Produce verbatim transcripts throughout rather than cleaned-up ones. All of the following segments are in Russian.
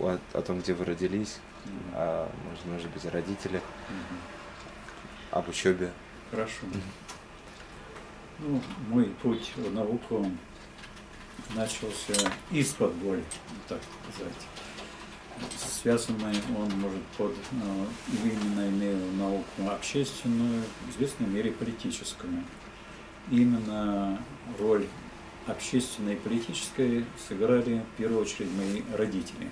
о, о том, где вы родились, mm-hmm. о, может, может быть, о родителях, mm-hmm. об учебе. Хорошо. Ну, мой путь в науку начался из-под боли, так сказать. Связанный он, может, под, именно имел науку общественную, в известной мере политическую. Именно роль общественной и политической сыграли в первую очередь мои родители.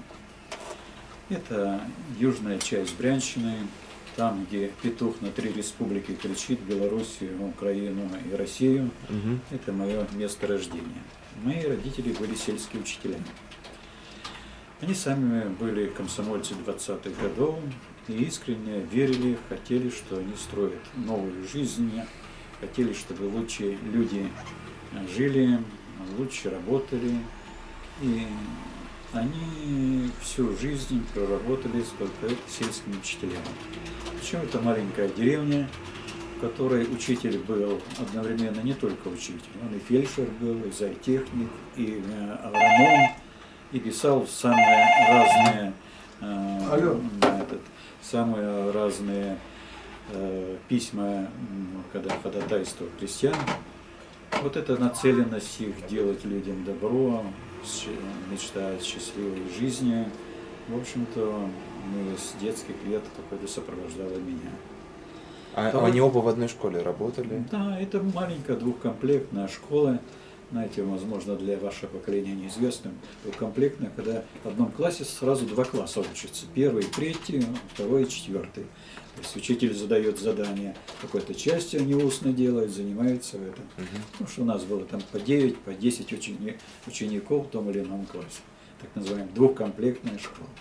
Это южная часть Брянщины, там, где петух на три республики кричит: Белоруссию, Украину и Россию. Угу. Это мое место рождения. Мои родители были сельские учителя. Они сами были комсомольцы двадцатых годов и искренне верили, хотели, что они строят новую жизнь, хотели, чтобы лучше люди жили, лучше работали. И они всю жизнь проработали сколько сельскими учителями. Причем это маленькая деревня, в которой учитель был одновременно не только учитель, он и фельдшер был, и зоотехник, и агроном, и писал самые разные, э, этот, самые разные э, письма, когда ходатайство крестьян. Вот эта нацеленность их делать людям добро, мечтать счастливой жизни, в общем-то, мы с детских лет какой-то сопровождала меня. А Там, они оба в одной школе работали? Да, это маленькая двухкомплектная школа. Знаете, возможно, для вашего поколения неизвестным, двухкомплектная, когда в одном классе сразу два класса учатся. Первый, третий, второй и четвертый. То есть учитель задает задание какой-то части, они устно делают, занимаются в этом. Угу. Потому что у нас было там по девять, по десять учени... учеников в том или ином классе. Так называемая двухкомплектная школа.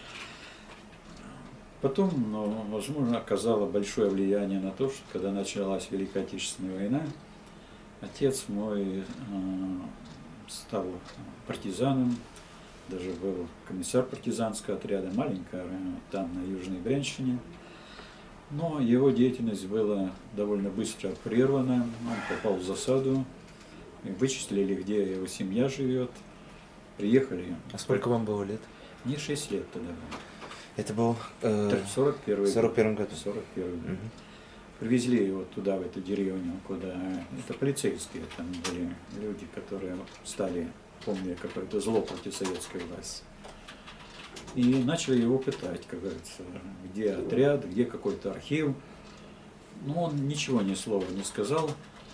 Потом, ну, возможно, оказало большое влияние на то, что когда началась Великая Отечественная война, отец мой э, стал партизаном, даже был комиссар партизанского отряда, маленькая, там на Южной Брянщине. Но его деятельность была довольно быстро прервана, он попал в засаду, вычислили, где его семья живет, приехали. А сколько вам было лет? Мне шесть лет тогда было. Это был э, в сорок первом году. сорок первый год. Угу. Привезли его туда, в эту деревню, куда... Это полицейские, там были люди, которые стали, помню, какое-то зло против советской власти. И начали его пытать, как говорится, где отряд, где какой-то архив. Но он ничего ни слова не сказал.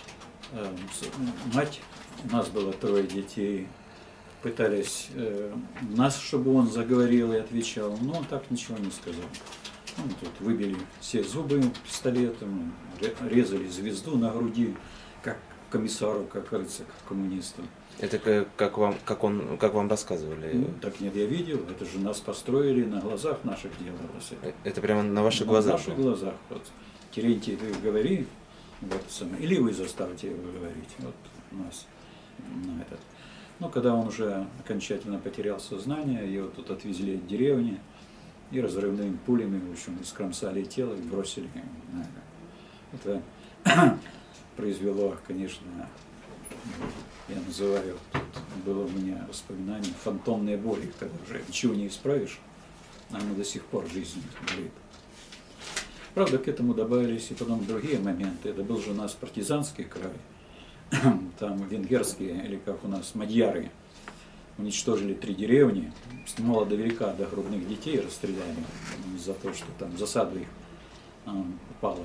Мать, у нас было трое детей, пытались э, нас, чтобы он заговорил и отвечал, но он так ничего не сказал. Ну, тут выбили все зубы пистолетом, резали звезду на груди, как комиссару, как говорится, как коммунисту. Это как, как, вам, как, он, как вам рассказывали? Ну, так нет, я видел, это же нас построили, на глазах наших делалось. Это, это прямо на ваших на глазах? На наших глазах. Вот. Терентий, ты говори, вот, или вы заставьте его говорить, вот у нас на этот. Но когда он уже окончательно потерял сознание, его тут отвезли от деревни и разрывными пулями, в общем, скромсали тело и бросили. Это произвело, конечно, я называю, тут было у меня воспоминание, фантомные боли, когда уже ничего не исправишь, а оно до сих пор жизнь болит. Правда, к этому добавились и потом другие моменты. Это был же у нас партизанский край. Там венгерские, или как у нас, мадьяры, уничтожили три деревни, с мала до велика, до грудных детей расстреляли за то, что там в засаду их э, упала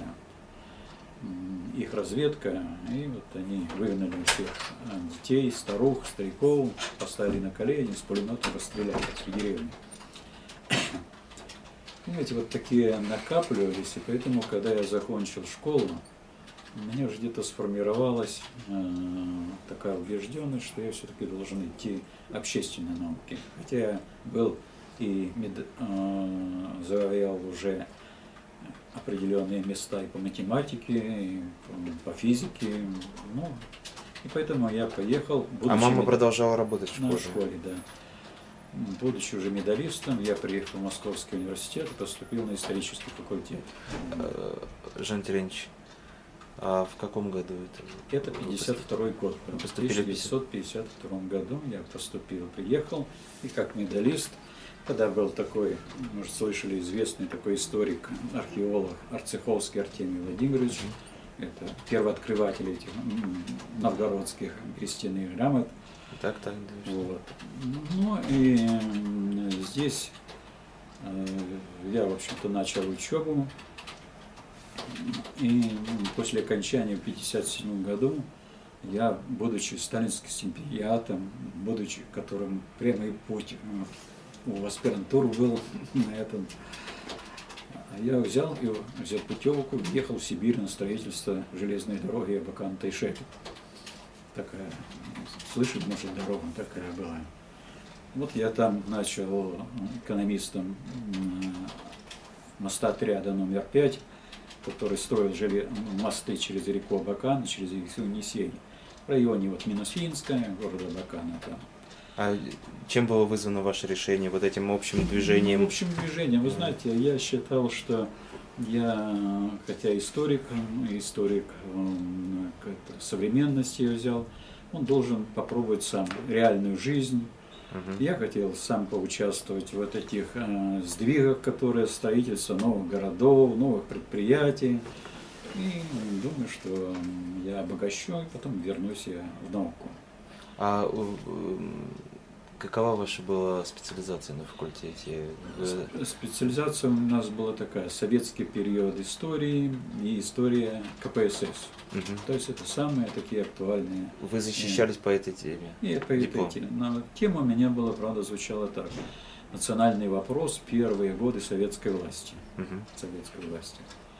их разведка, и вот они выгнали всех детей, старух, стариков, поставили на колени, с пулеметом расстреляли эти деревни. Понимаете, вот такие накапливались, и поэтому, когда я закончил школу, у меня уже где-то сформировалась э, такая убежденность, что я все-таки должен идти общественной науки. Хотя я был и мед, э, завоевал уже определенные места и по математике, и по, по физике. Ну, и поэтому я поехал. А мама мед... продолжала работать в школе? На школе, да. Будучи уже медалистом, я приехал в Московский университет и поступил на исторический факультет. Жан Терентьевич, а в каком году это? Это пятьдесят второй год. В тысяча девятьсот пятьдесят втором году я поступил, приехал, и как медалист Тогда был такой, может, слышали, известный такой историк, археолог Арцеховский Артемий Владимирович. Это первооткрыватель этих новгородских крестяных грамот. Так, так. Да, вот. Ну и здесь я, в общем-то, начал учебу. И после окончания в пятьдесят седьмом году я, будучи сталинским стипендиатом, будучи которым прямой путь в аспирантуру был на этом, я взял и взял путевку, ехал в Сибирь на строительство железной дороги Абакан-Тайшет. Такая, слышит, может, дорога такая была. Вот я там начал экономистом моста отряда номер пять, который строил жили, мосты через реку Абакан, через реку Енисей, в районе вот Минусинска, города Абакана там. А чем было вызвано ваше решение, вот этим общим движением? Общим движением, вы знаете, я считал, что я, хотя историк, историк современности я взял, он должен попробовать сам реальную жизнь. Uh-huh. Я хотел сам поучаствовать в вот этих э, сдвигах, которые строительство новых городов, новых предприятий. И думаю, что я обогащу, и потом вернусь я в науку. А какова ваша была специализация на факультете? Специализация у нас была такая: советский период истории и история ка пэ эс эс. Угу. То есть это самые такие актуальные. Вы защищались и... по этой теме? Нет, по этой теме. Но тема у меня была, правда, звучала так: национальный вопрос, первые годы советской власти. Угу. Советской власти.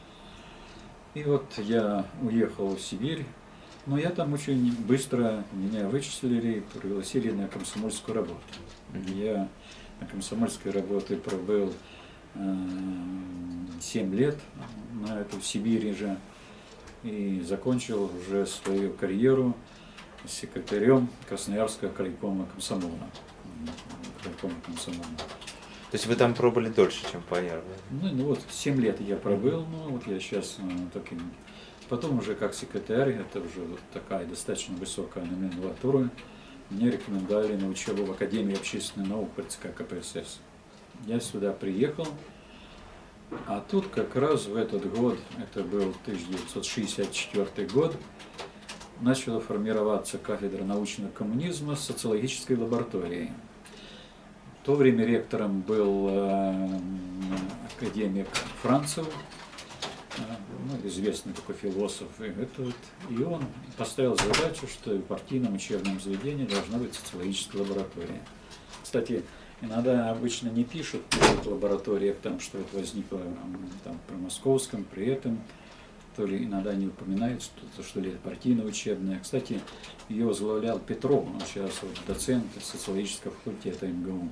И вот я уехал в Сибирь. Но я там очень быстро, меня вычислили и пригласили на комсомольскую работу. Mm-hmm. Я на комсомольской работе пробыл э, семь лет на эту, в Сибири же, и закончил уже свою карьеру секретарем Красноярского крайкома комсомола. Крайкома комсомола. То есть вы там пробыли дольше, чем Паяр? Ну, ну вот семь лет я пробыл, но вот я сейчас э, таким... Потом уже как секретарь, это уже вот такая достаточно высокая номенклатура, мне рекомендовали на учебу в Академии общественных наук при ЦК ка пэ эс эс. Я сюда приехал, а тут как раз в этот год, это был тысяча девятьсот шестьдесят четвёртый год, начала формироваться кафедра научного коммунизма с социологической лабораторией. В то время ректором был э, академик Францев, ну, известный такой философ, и, этот, и он поставил задачу, что в партийном учебном заведении должна быть социологическая лаборатория. Кстати, иногда обычно не пишут в лабораториях, там, что это возникло там, при Московском, при этом, то ли иногда не упоминают, что, что ли это партийно учебная. Кстати, ее возглавлял Петров, он сейчас вот доцент социологического факультета эм гэ у.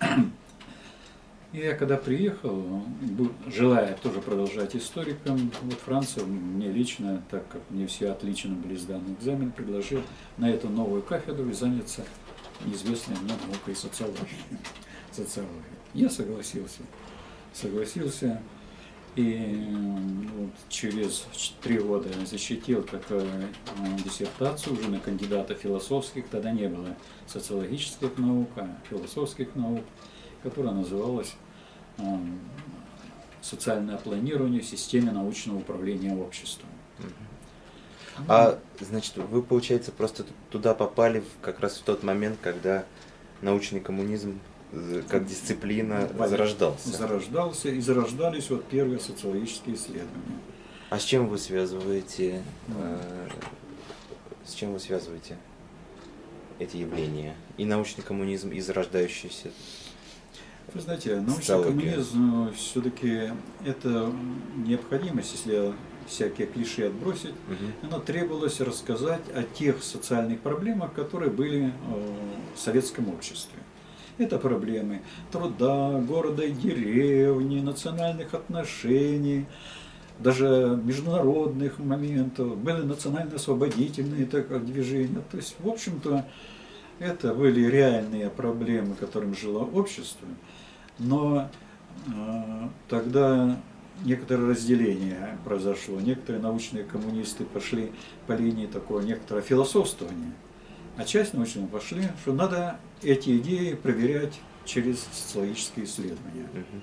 И я когда приехал, желая тоже продолжать историком, вот Францев мне лично, так как мне все отлично были сданы экзамен, предложил на эту новую кафедру и заняться неизвестной мне наукой социологии. социологии. Я согласился. Согласился. И вот через три года защитил такую диссертацию уже на кандидата философских, тогда не было социологических наук, а философских наук, которая называлась э, «Социальное планирование в системе научного управления обществом». Uh-huh. А, значит, вы, получается, просто туда попали как раз в тот момент, когда научный коммунизм как дисциплина зарождался? Зарождался, и зарождались вот первые социологические исследования. А с чем вы связываете, э, с чем вы связываете эти явления? И научный коммунизм, и зарождающийся? Вы знаете, научный коммунизм все-таки это необходимость, если всякие клише отбросить, угу. Оно требовалось рассказать о тех социальных проблемах, которые были в советском обществе. Это проблемы труда, города и деревни, национальных отношений, даже международных моментов, были национально-освободительные так, движения. То есть, в общем-то, это были реальные проблемы, которым жило общество, но э, тогда некоторое разделение произошло. Некоторые научные коммунисты пошли по линии такого некоторого философствования, а часть научных пошли, что надо эти идеи проверять через социологические исследования. Мгм.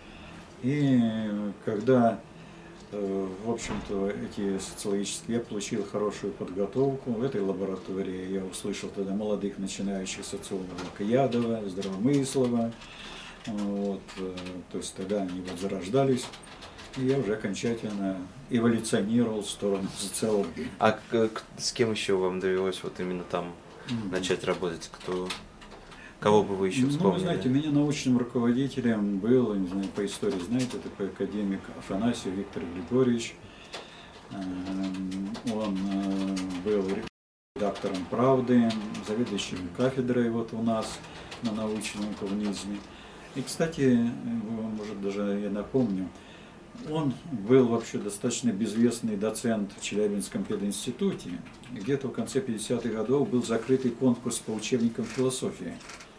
И когда, э, в общем-то, эти социологические, я получил хорошую подготовку в этой лаборатории, я услышал тогда молодых начинающих социологов Ядова, Здравомыслова, вот, э, то есть тогда они вот зарождались, и я уже окончательно эволюционировал в сторону социологии. А к- к- с кем еще вам довелось вот именно там Мгм. начать работать? Кто, кого бы вы еще Ну, вы вспомнили? знаете, у меня научным руководителем был, не знаю, по истории знаете, такой академик Афанасьев Виктор Григорьевич. Эм, Он э, был редактором «Правды», заведующим кафедрой вот у нас на научном коммунизме. И, кстати, может, даже я напомню, он был вообще достаточно безвестный доцент в Челябинском пединституте. И где-то в конце пятидесятых годов был закрытый конкурс по учебникам философии.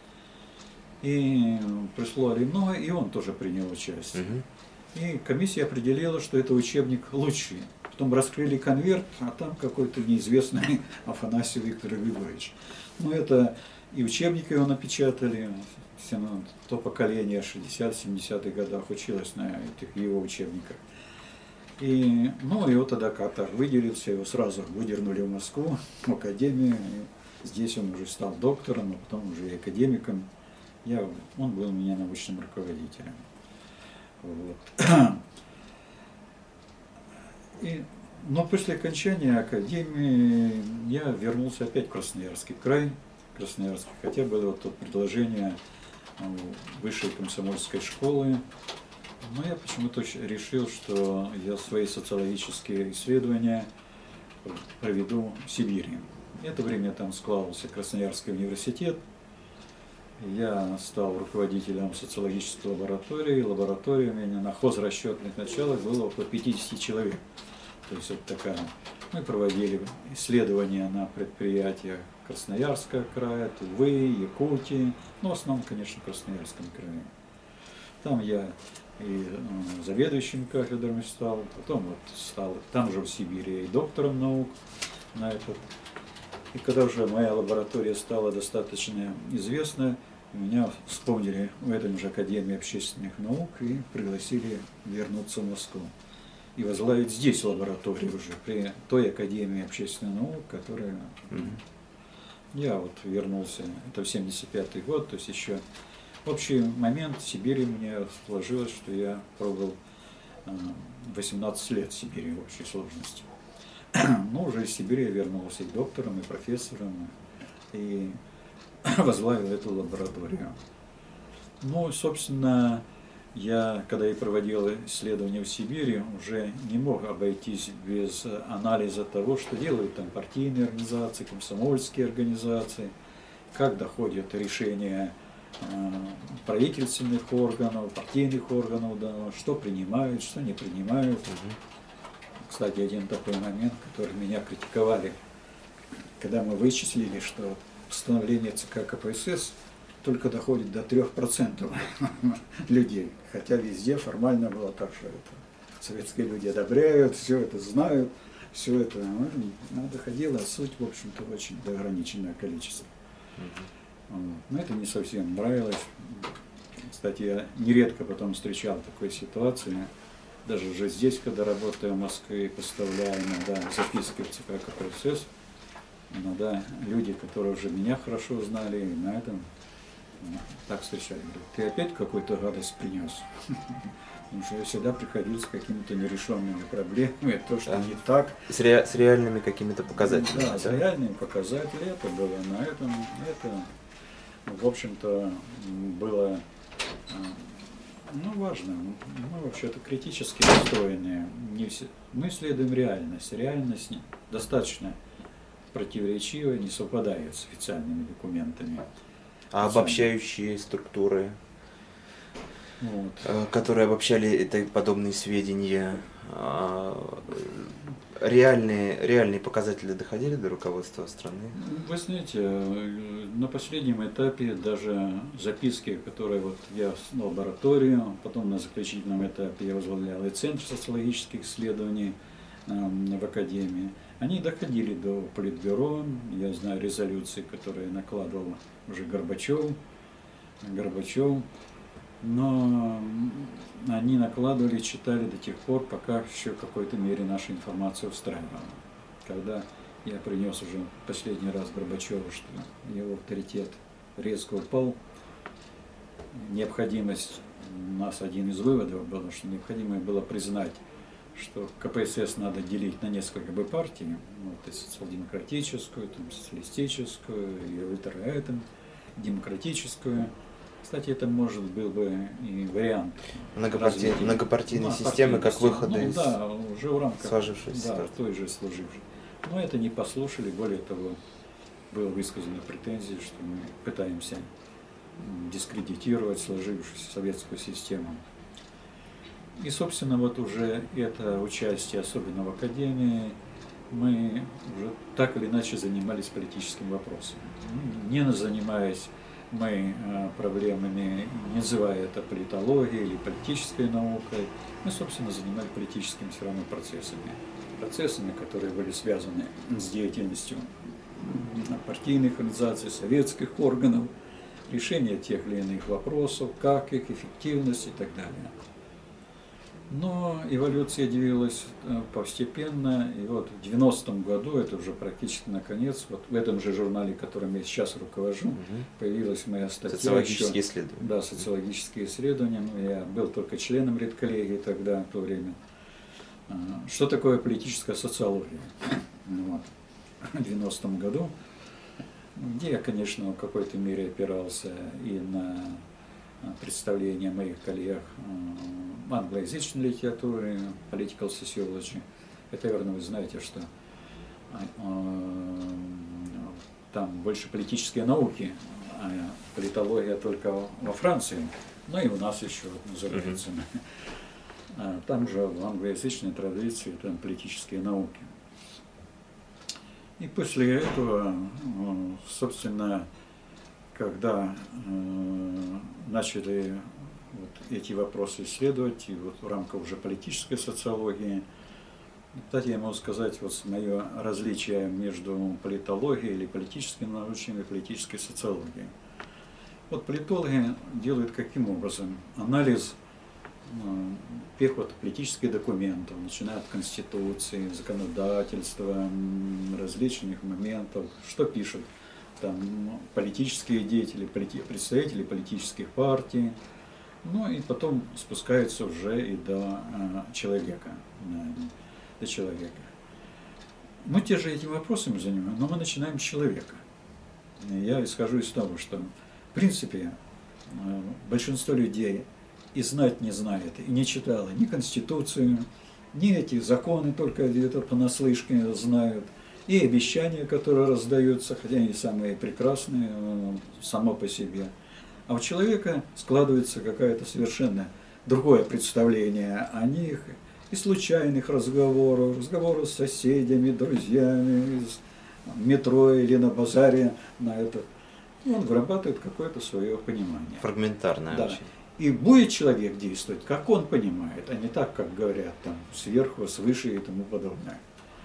И прислали много, и он тоже принял участие. Мгм. И комиссия определила, что это учебник лучший. Потом раскрыли конверт, а там какой-то неизвестный Афанасий Виктор Григорьевич. Ну, это и учебники его напечатали, все, ну, то поколение шестидесятых-семидесятых годах училось на этих его учебниках. И, ну, его тогда как-то выделился, его сразу выдернули в Москву, в академию. И здесь он уже стал доктором, а потом уже и академиком. Я, он был у меня научным руководителем. Вот. И, но после окончания академии я вернулся опять в Красноярский край, Красноярский, хотя было вот тут предложение ну, высшей комсомольской школы, но я почему-то решил, что я свои социологические исследования проведу в Сибири. В это время там складывался Красноярский университет. Я стал руководителем социологической лаборатории. Лаборатория у меня на хозрасчетных началах было около пятидесяти человек. То есть вот такая. Мы проводили исследования на предприятиях Красноярского края, Тувы, Якутии, ну, в основном, конечно, в Красноярском крае. Там я и э, заведующим кафедрами стал, потом вот стал там же в Сибири и доктором наук на этот. И когда уже моя лаборатория стала достаточно известна, меня вспомнили в этом же Академии общественных наук и пригласили вернуться в Москву и возглавить здесь лабораторию уже, при той Академии общественных наук, которая... Мгм. Я вот вернулся, это в семьдесят пятый год, то есть еще в общий момент в Сибири мне сложилось, что я пробыл э, восемнадцать лет в Сибири в общей сложности. Но уже из Сибири я вернулся и доктором, и профессором, и возглавил эту лабораторию. Ну, собственно, я, когда я проводил исследования в Сибири, уже не мог обойтись без анализа того, что делают там партийные организации, комсомольские организации, как доходят решения э, правительственных органов, партийных органов, да, что принимают, что не принимают. Мгм. Кстати, один такой момент, который меня критиковали, когда мы вычислили, что постановление ЦК КПСС только доходит до трёх процентов людей, хотя везде формально было так, что это советские люди одобряют, все это знают, все это ну, доходило, а суть, в общем-то, очень ограниченное количество. Мгм. Но это не совсем нравилось. Кстати, я нередко потом встречал такой ситуации, даже уже здесь, когда работаю в Москве, поставляю иногда записки в ЦК КПСС, иногда люди, которые уже меня хорошо знали, и на этом ну, так встречали, говорят, ты опять какую-то гадость принес? Потому что я всегда приходил с какими-то нерешенными проблемами, то, что Да. не так. С, ре- с реальными какими-то показателями, Да, с да? реальными показателями это было. На этом это, в общем-то, было а, ну, важно. Мы вообще-то критически настроенные. Не все. Мы исследуем реальность. Реальность достаточно противоречивая, не совпадает с официальными документами. А обобщающие структуры, Вот. э, которые обобщали это, подобные сведения, а, э, реальные, реальные показатели доходили до руководства страны? Вы знаете, э, на последнем этапе даже записки, которые вот я в лабораторию, потом на заключительном этапе я возглавлял и Центр социологических исследований э, в Академии, они доходили до Политбюро. Я знаю резолюции, которые накладывал уже Горбачев. Горбачевым, но они накладывали, читали до тех пор, пока еще в какой-то мере наша информация устраивала. Когда я принес уже последний раз Горбачеву, что его авторитет резко упал, необходимость, у нас один из выводов был, что необходимо было признать, что ка пэ эс эс надо делить на несколько бы партий, вот, и социал-демократическую, там, социалистическую, и ультра-этом, демократическую. Кстати, это может был бы и вариант Многопарти... многопартийной ну, системы, как выхода ну, из да, уже в рамках сложившейся да, той же служившей. Но это не послушали, более того, было высказано претензии, что мы пытаемся дискредитировать сложившуюся советскую систему. И, собственно, вот уже это участие, особенно в Академии, мы уже так или иначе занимались политическим вопросом. Не занимаясь мы проблемами, не называя это политологией или политической наукой, мы, собственно, занимались политическими все равно процессами. Процессами, которые были связаны с деятельностью партийных организаций, советских органов, решение тех или иных вопросов, как их, эффективность и так далее. Но эволюция двигалась постепенно, и вот в девяностом году, это уже практически наконец, вот в этом же журнале, которым я сейчас руковожу, угу. появилась моя статья. Социологические еще, исследования. Да, социологические исследования. Ну, я был только членом редколлегии тогда, в то время. Что такое политическая социология? Вот. В девяностом году, где я, конечно, в какой-то мере опирался и на представления моих коллег англоязычной литературы, political sociology. Это, наверное, вы знаете, что там больше политические науки, а политология только во Франции, ну и у нас еще называется. Mm-hmm. Там же в англоязычной традиции там политические науки. И после этого, собственно, когда э, начали вот эти вопросы исследовать, и вот в рамках уже политической социологии, кстати, я могу сказать, вот мое различие между политологией или политическими науками и политической социологией. Вот политологи делают каким образом? Анализ э, первых вот, политических документов, начиная от Конституции, законодательства, различных моментов, что пишут там политические деятели, представители политических партий, ну и потом спускаются уже и до э, человека, до человека. Мы те же этими вопросами занимаемся, но мы начинаем с человека. Я исхожу из того, что в принципе э, большинство людей и знать не знает, и не читало ни Конституцию, ни эти законы, только где-то понаслышке знают, и обещания, которые раздаются, хотя они самые прекрасные само по себе. А у человека складывается какое-то совершенно другое представление о них, и случайных разговоров, разговоров с соседями, друзьями, из метро или на базаре, на это. И он вырабатывает какое-то свое понимание. Фрагментарное. Да. И будет человек действовать, как он понимает, а не так, как говорят, там, сверху, свыше и тому подобное.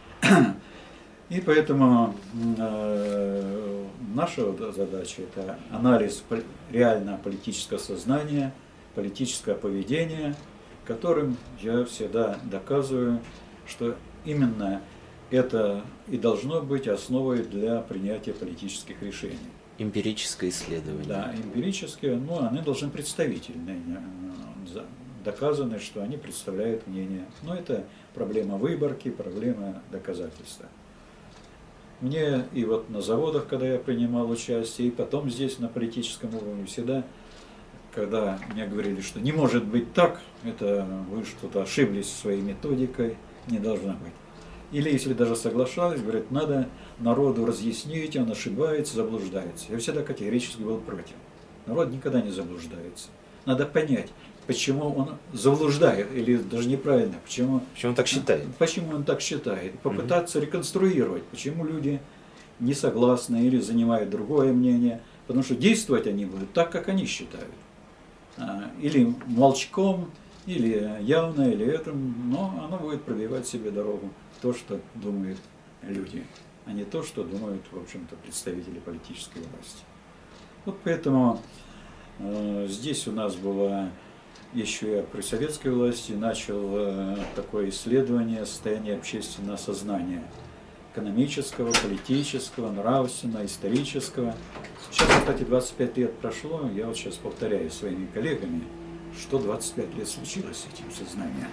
И поэтому э, наша задача – это анализ реального политического сознания, политического поведения, которым я всегда доказываю, что именно это и должно быть основой для принятия политических решений. Эмпирическое исследование. Да, эмпирическое, но они должны представительные, доказаны, что они представляют мнение. Но это проблема выборки, проблема доказательства. Мне и вот на заводах, когда я принимал участие, и потом здесь на политическом уровне всегда, когда мне говорили, что не может быть так, это вы что-то ошиблись своей методикой, не должна быть. Или если даже соглашались, говорят, надо народу разъяснить, он ошибается, заблуждается. Я всегда категорически был против. Народ никогда не заблуждается. Надо понять, почему он заблуждает, или даже неправильно, почему, почему он так считает. Почему он так считает. Попытаться угу. реконструировать, почему люди не согласны или занимают другое мнение. Потому что действовать они будут так, как они считают. Или молчком, или явно, или это, но оно будет пробивать себе дорогу. То, что думают люди, а не то, что думают, в общем-то, представители политической власти. Вот поэтому Здесь у нас была, еще я при советской власти начал такое исследование состояния общественного сознания. Экономического, политического, нравственного, исторического. Сейчас, кстати, двадцать пять лет прошло, я вот сейчас повторяю своими коллегами, что двадцать пять лет случилось с этим сознанием.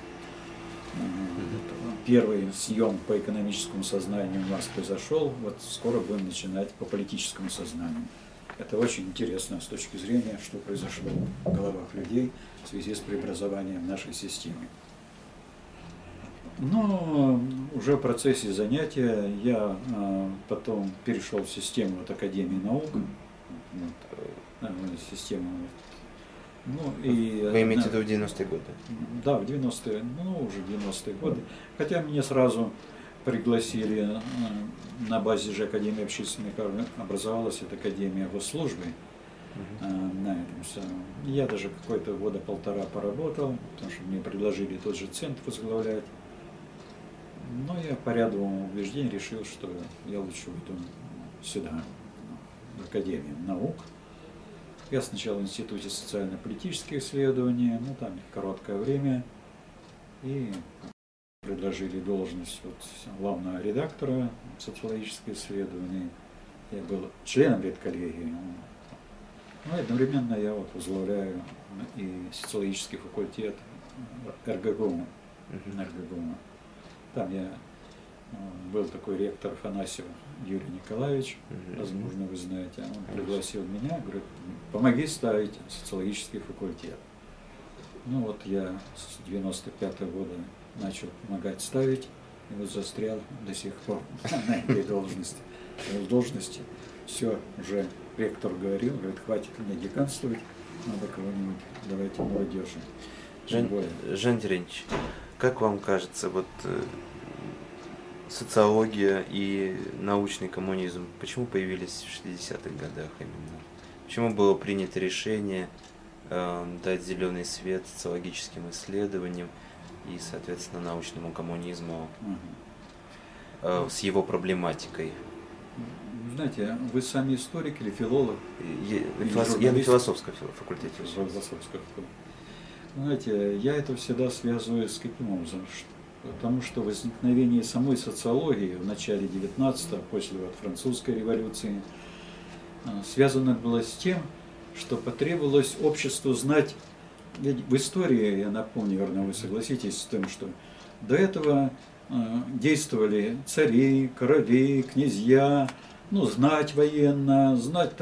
Первый съем по экономическому сознанию у нас произошел, вот скоро будем начинать по политическому сознанию. Это очень интересно с точки зрения, что произошло в головах людей в связи с преобразованием нашей системы. Но уже в процессе занятия я а, потом перешел в систему от Академии наук, вот, систему. Ну, и, Вы имеете в виду в девяностые годы? Да, в девяностые, ну уже девяностые годы. Хотя меня сразу пригласили на базе же Академии общественных, образовалась эта Академия госслужбы. Uh-huh. На этом самом. Я даже какое-то года полтора поработал, потому что мне предложили тот же центр возглавлять. Но я по ряду убеждений решил, что я лучше уйду сюда, в Академию наук. Я сначала в Институте социально-политических исследований, ну там короткое время, и предложили должность вот главного редактора социологических исследований. Я был членом редколлегии. Ну, одновременно я вот возглавляю и социологический факультет эр гэ гэ у. Uh-huh. эр гэ гэ у. Там я был такой ректор Афанасьев Юрий Николаевич, uh-huh. возможно, вы знаете. Он пригласил меня, говорит, помоги ставить социологический факультет. Ну вот я с девяносто пятого года начал помогать ставить, и вот застрял до сих пор на этой должности. В должности все уже ректор говорил, говорит, хватит мне деканствовать, надо кого-нибудь, давайте молодежи. Жан, Жан Терентьевич, как вам кажется, вот э, социология и научный коммунизм, почему появились в шестидесятых годах именно? Почему было принято решение э, дать зеленый свет социологическим исследованиям и, соответственно, научному коммунизму э, с его проблематикой? Знаете, вы сами историк или филолог? Я, или я на философском факультете. Философском. Знаете, я это всегда связываю с каким образом? Потому что возникновение самой социологии в начале девятнадцатого, после вот французской революции, связано было с тем, что потребовалось обществу знать, ведь в истории, я напомню, наверное, вы согласитесь с тем, что до этого действовали цари, короли, князья, ну, знать военно, знать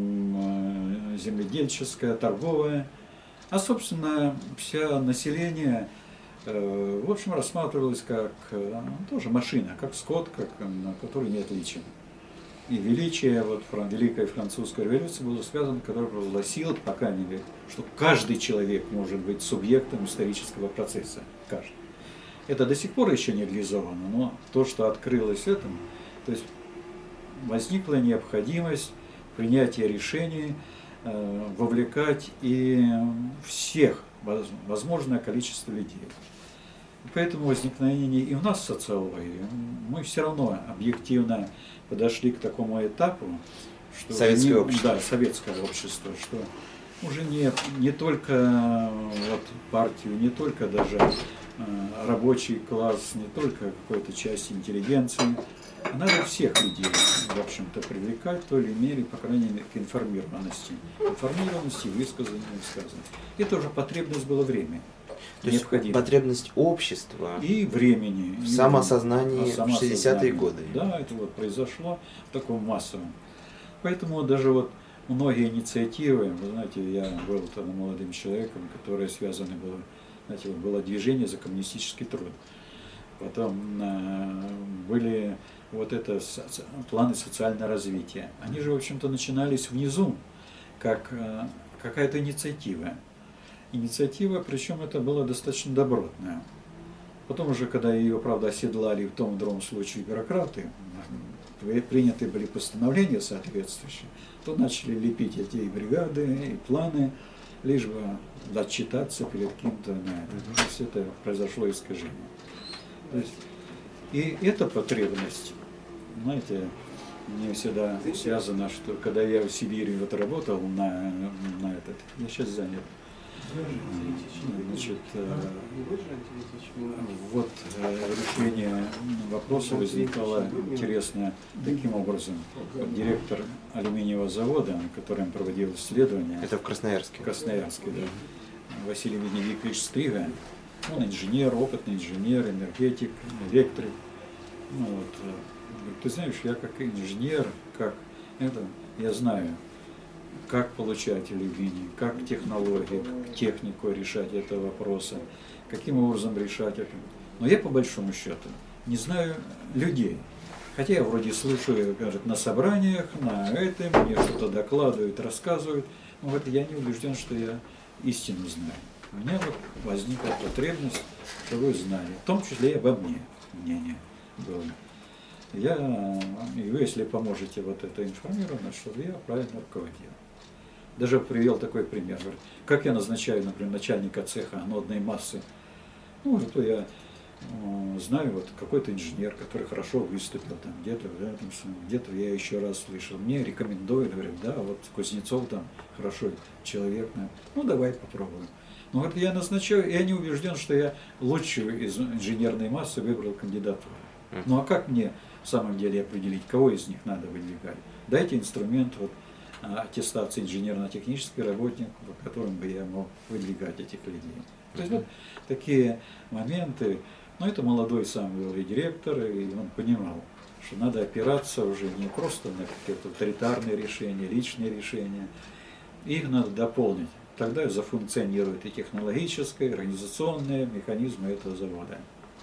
там земледельческое, торговое, а, собственно, вся население, в общем, рассматривалось как тоже машина, как скот, как, который не отличен. И величие вот, Великой Французской революции было связано, который провозгласил, пока не говорит, что каждый человек может быть субъектом исторического процесса. Каждый. Это до сих пор еще не реализовано, но то, что открылось этому, то есть возникла необходимость принятия решений, э, вовлекать и всех, возможное количество людей. Поэтому возникновение и у нас в социологии, мы все равно объективно подошли к такому этапу, что советское не, общество. Да, советское общество, что уже не, не только вот, партию, не только даже э, рабочий класс, не только какую-то часть интеллигенции, а надо всех людей, в общем-то, привлекать в той или мере, по крайней мере, к информированности. Информированности, высказанной, высказанной. Это уже потребность было времени. То есть потребность общества и времени. В самоосознании в шестидесятые годы. Да, это вот произошло в таком массовом. Поэтому даже вот многие инициативы, вы знаете, я был тогда молодым человеком, которое связано было, знаете, вот было движение за коммунистический труд. Потом э, были вот это планы социального развития. Они же, в общем-то, начинались внизу, как э, какая-то инициатива. Инициатива, причем это было достаточно добротная. Потом уже, когда ее, правда, оседлали в том и другом случае бюрократы, приняты были постановления соответствующие, то начали лепить эти и бригады, и планы, лишь бы отчитаться перед кем-то на это. То есть это произошло искажение. То есть, и эта потребность, знаете, мне всегда связано, что когда я в Сибири вот работал на, на этот, я сейчас занят, значит, вот решение вопроса возникало интересно таким образом. Вот директор алюминиевого завода, на котором проводил исследования. Это в Красноярске? В Красноярске, да. Василий Венедиктович Стрига. Он инженер, опытный инженер, энергетик, электрик. Ну, вот, ты знаешь, я как инженер, как это, я знаю, как получать алюминий, как технологии, как технику решать этого вопроса, каким образом решать это. Но я по большому счету не знаю людей. Хотя я вроде слушаю, говорят, на собраниях, на этом, мне что-то докладывают, рассказывают. Но вот я не убежден, что я истину знаю. У меня вот возникла потребность, что вы знали, в том числе и обо мне мнение было. Я, и вы, если поможете вот это информировать, чтобы я правильно руководил. Даже привел такой пример. Говорит, как я назначаю, например, начальника цеха анодной массы. Ну, зато я э, знаю, вот какой-то инженер, который хорошо выступил там где-то, где-то я еще раз слышал. Мне рекомендуют, говорят, да, вот Кузнецов там хорошо человек. Ну, давай попробуем. Ну, вот я назначаю, я не убежден, что я лучшую из инженерной массы выбрал кандидатуру. Ну, а как мне в самом деле определить, кого из них надо выдвигать? Дайте инструмент вот, аттестации инженерно-технический работник, по которым бы я мог выдвигать этих людей. То есть вот такие моменты. Но это молодой сам был и директор, и он понимал, что надо опираться уже не просто на какие-то авторитарные решения, личные решения. Их надо дополнить. Тогда зафункционируют и технологические, и организационные механизмы этого завода.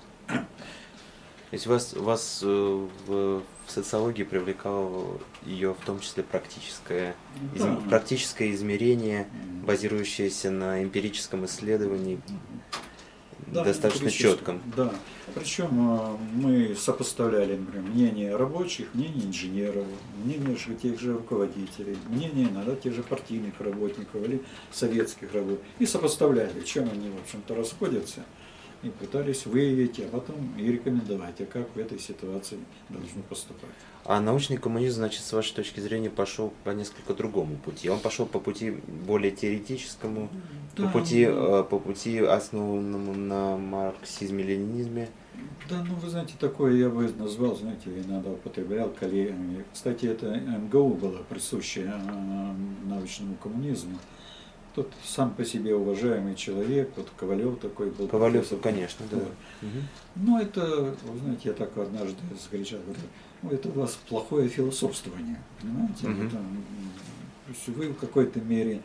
То есть вас, вас в, в социологии привлекало ее в том числе практическое, Да. из, практическое измерение, базирующееся на эмпирическом исследовании, да, достаточно четком. Да, причем мы сопоставляли, например, мнение рабочих, мнение инженеров, мнение тех же руководителей, мнение иногда тех же партийных работников или советских работников. И сопоставляли, чем они, в общем-то, расходятся. И пытались выявить, а потом и рекомендовать, а как в этой ситуации должны поступать. А научный коммунизм, значит, с вашей точки зрения, пошел по несколько другому пути. Он пошел по пути более теоретическому, да, по пути, да. по пути, основанному на марксизме-ленинизме. Да, ну вы знаете, такое я бы назвал, знаете, иногда употреблял коллегами. Кстати, это эм гэ у было присуще научному коммунизму. Тот сам по себе уважаемый человек, вот Ковалев такой был. Ковалев, конечно, да. да. Угу. Ну, это, вы знаете, я так однажды сгоряча говорю, ну, это у вас плохое философствование, понимаете? Угу. Это, то есть вы в какой-то мере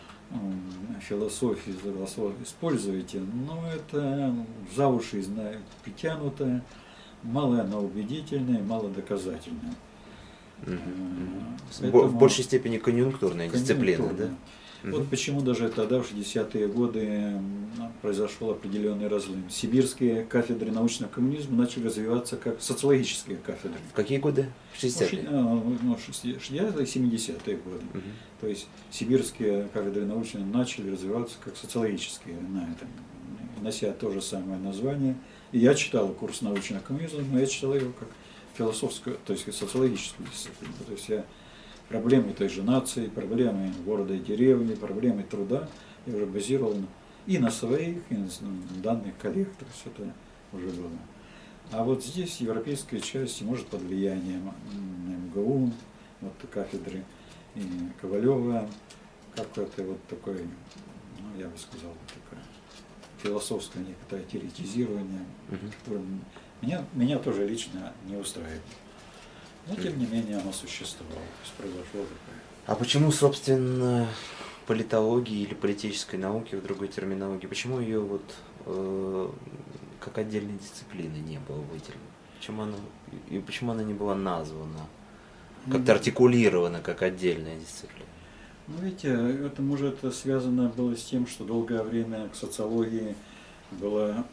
философию используете, но это за уши притянуто, мало она убедительная, мало доказательная. Угу. Поэтому... В большей степени конъюнктурная, конъюнктурная. Дисциплина, да? Вот угу. Почему даже тогда, в шестидесятые годы, произошел определенный разлом. Сибирские кафедры научного коммунизма начали развиваться как социологические кафедры. В какие годы? В шестидесятые? Ну, шестидесятые и семидесятые годы. Угу. То есть сибирские кафедры научные начали развиваться как социологические, на этом, нося то же самое название. И я читал курс научного коммунизма, но я читал его как философскую, то есть социологическую дисциплину. То есть я проблемы той же нации, проблемы города и деревни, проблемы труда я уже базировал и на своих, и на данных коллег, то есть это уже было. А вот здесь европейская часть, может, под влиянием эм гэ у, вот кафедры и Ковалева, какое-то вот такое, ну, я бы сказал, такое философское некоторое теоретизирование, угу. которое меня, меня тоже лично не устраивает. Но, тем не менее, оно существовало, то есть произошло такое. А почему, собственно, политологии или политической науки, в другой терминологии, почему ее вот э, как отдельной дисциплины не было выделено? Почему она, и почему она не была названа, как-то артикулирована как отдельная дисциплина? Ну, видите, это, может, связано было с тем, что долгое время к социологии была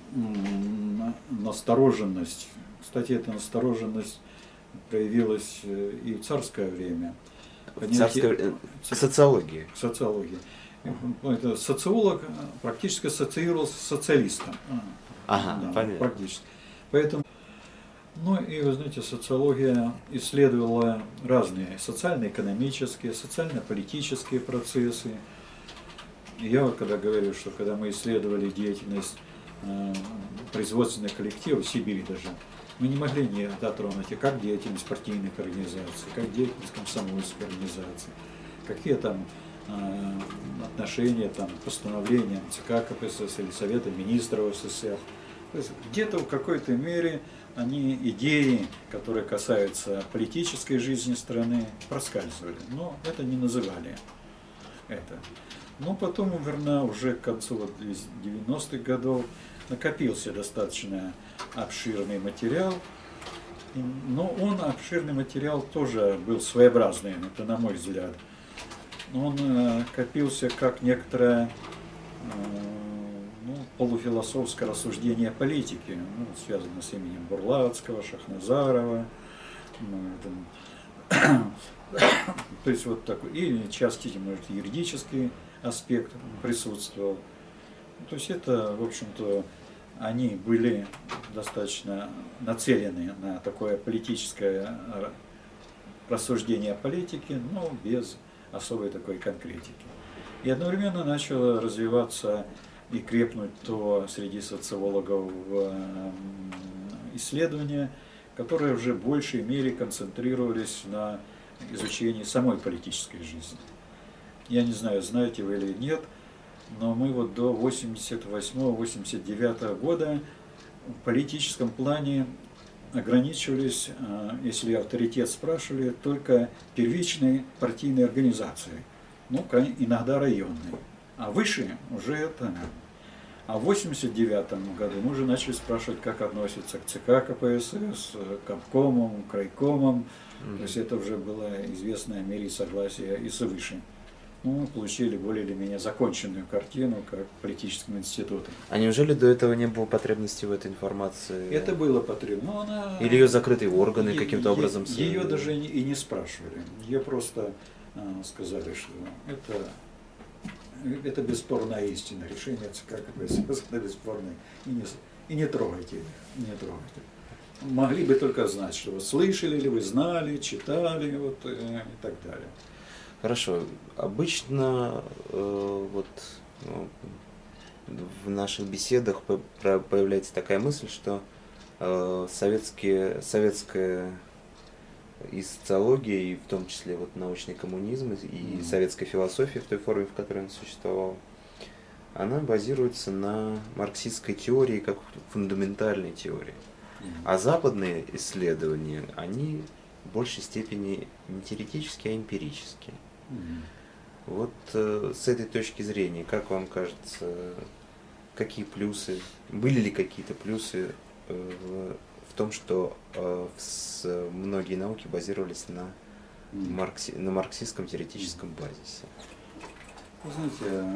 настороженность. Кстати, эта настороженность проявилась и в царское время. В царское... К социологии. К социологии. Это социолог практически ассоциировался с социалистом. Ага, да, понятно. Практически. Поэтому, Ну и, вы знаете, социология исследовала разные социально-экономические, социально-политические процессы. И я вот когда говорю, что когда мы исследовали деятельность э, производственных коллективов в Сибири даже, мы не могли не дотронуть, и как деятельность партийных организаций, как деятельность комсомольской организации, какие там э, отношения, там, постановления ЦК КПСС или Совета Министров СССР. То есть где-то в какой-то мере они идеи, которые касаются политической жизни страны, проскальзывали, но это не называли это. Но потом, наверное, уже к концу вот девяностых годов накопился достаточно обширный материал, но он, обширный материал, тоже был своеобразный, это на мой взгляд. Он копился как некоторое ну, полуфилософское рассуждение о политике, ну, связано с именем Бурлацкого, Шахназарова, ну, там, то есть вот такой, и части, может, юридический аспект присутствовал. То есть это, в общем-то, они были достаточно нацелены на такое политическое рассуждение о политике, но без особой такой конкретики. И одновременно начало развиваться и крепнуть то среди социологов исследования, которые уже в большей мере концентрировались на изучении самой политической жизни. Я не знаю, знаете вы или нет, но мы вот до восемьдесят восьмого — восемьдесят девятого года в политическом плане ограничивались, если авторитет спрашивали, только первичной партийной организацией, ну, иногда районной, а выше уже это. А в восемьдесят девятом году мы уже начали спрашивать, как относятся к ЦК КПСС, к обкомам, крайкомам, mm-hmm. То есть это уже было известное в мире согласие и свыше. Ну, мы получили более или менее законченную картину как политическому институту. А неужели до этого не было потребности в этой информации? Это было потребно. Но она... Или ее закрытые органы каким-то образом? Ее даже и не спрашивали. Ее просто а, сказали, что это, это бесспорная истина. Решение ЦК КПСС это бесспорное. И не, и не трогайте их. Не трогайте. Могли бы только знать, что вы слышали, или вы знали, читали, вот, и так далее. Хорошо. Обычно э, вот, ну, в наших беседах появляется такая мысль, что э, советские, советская и социология, и в том числе вот научный коммунизм, и mm-hmm. советская философия в той форме, в которой она существовала, она базируется на марксистской теории как фундаментальной теории. Mm-hmm. А западные исследования, они в большей степени не теоретические, а эмпирические. Mm-hmm. Вот э, с этой точки зрения, как вам кажется, какие плюсы, были ли какие-то плюсы э, в, в том, что э, с, многие науки базировались на, mm-hmm. маркси, на марксистском теоретическом базисе? Вы знаете,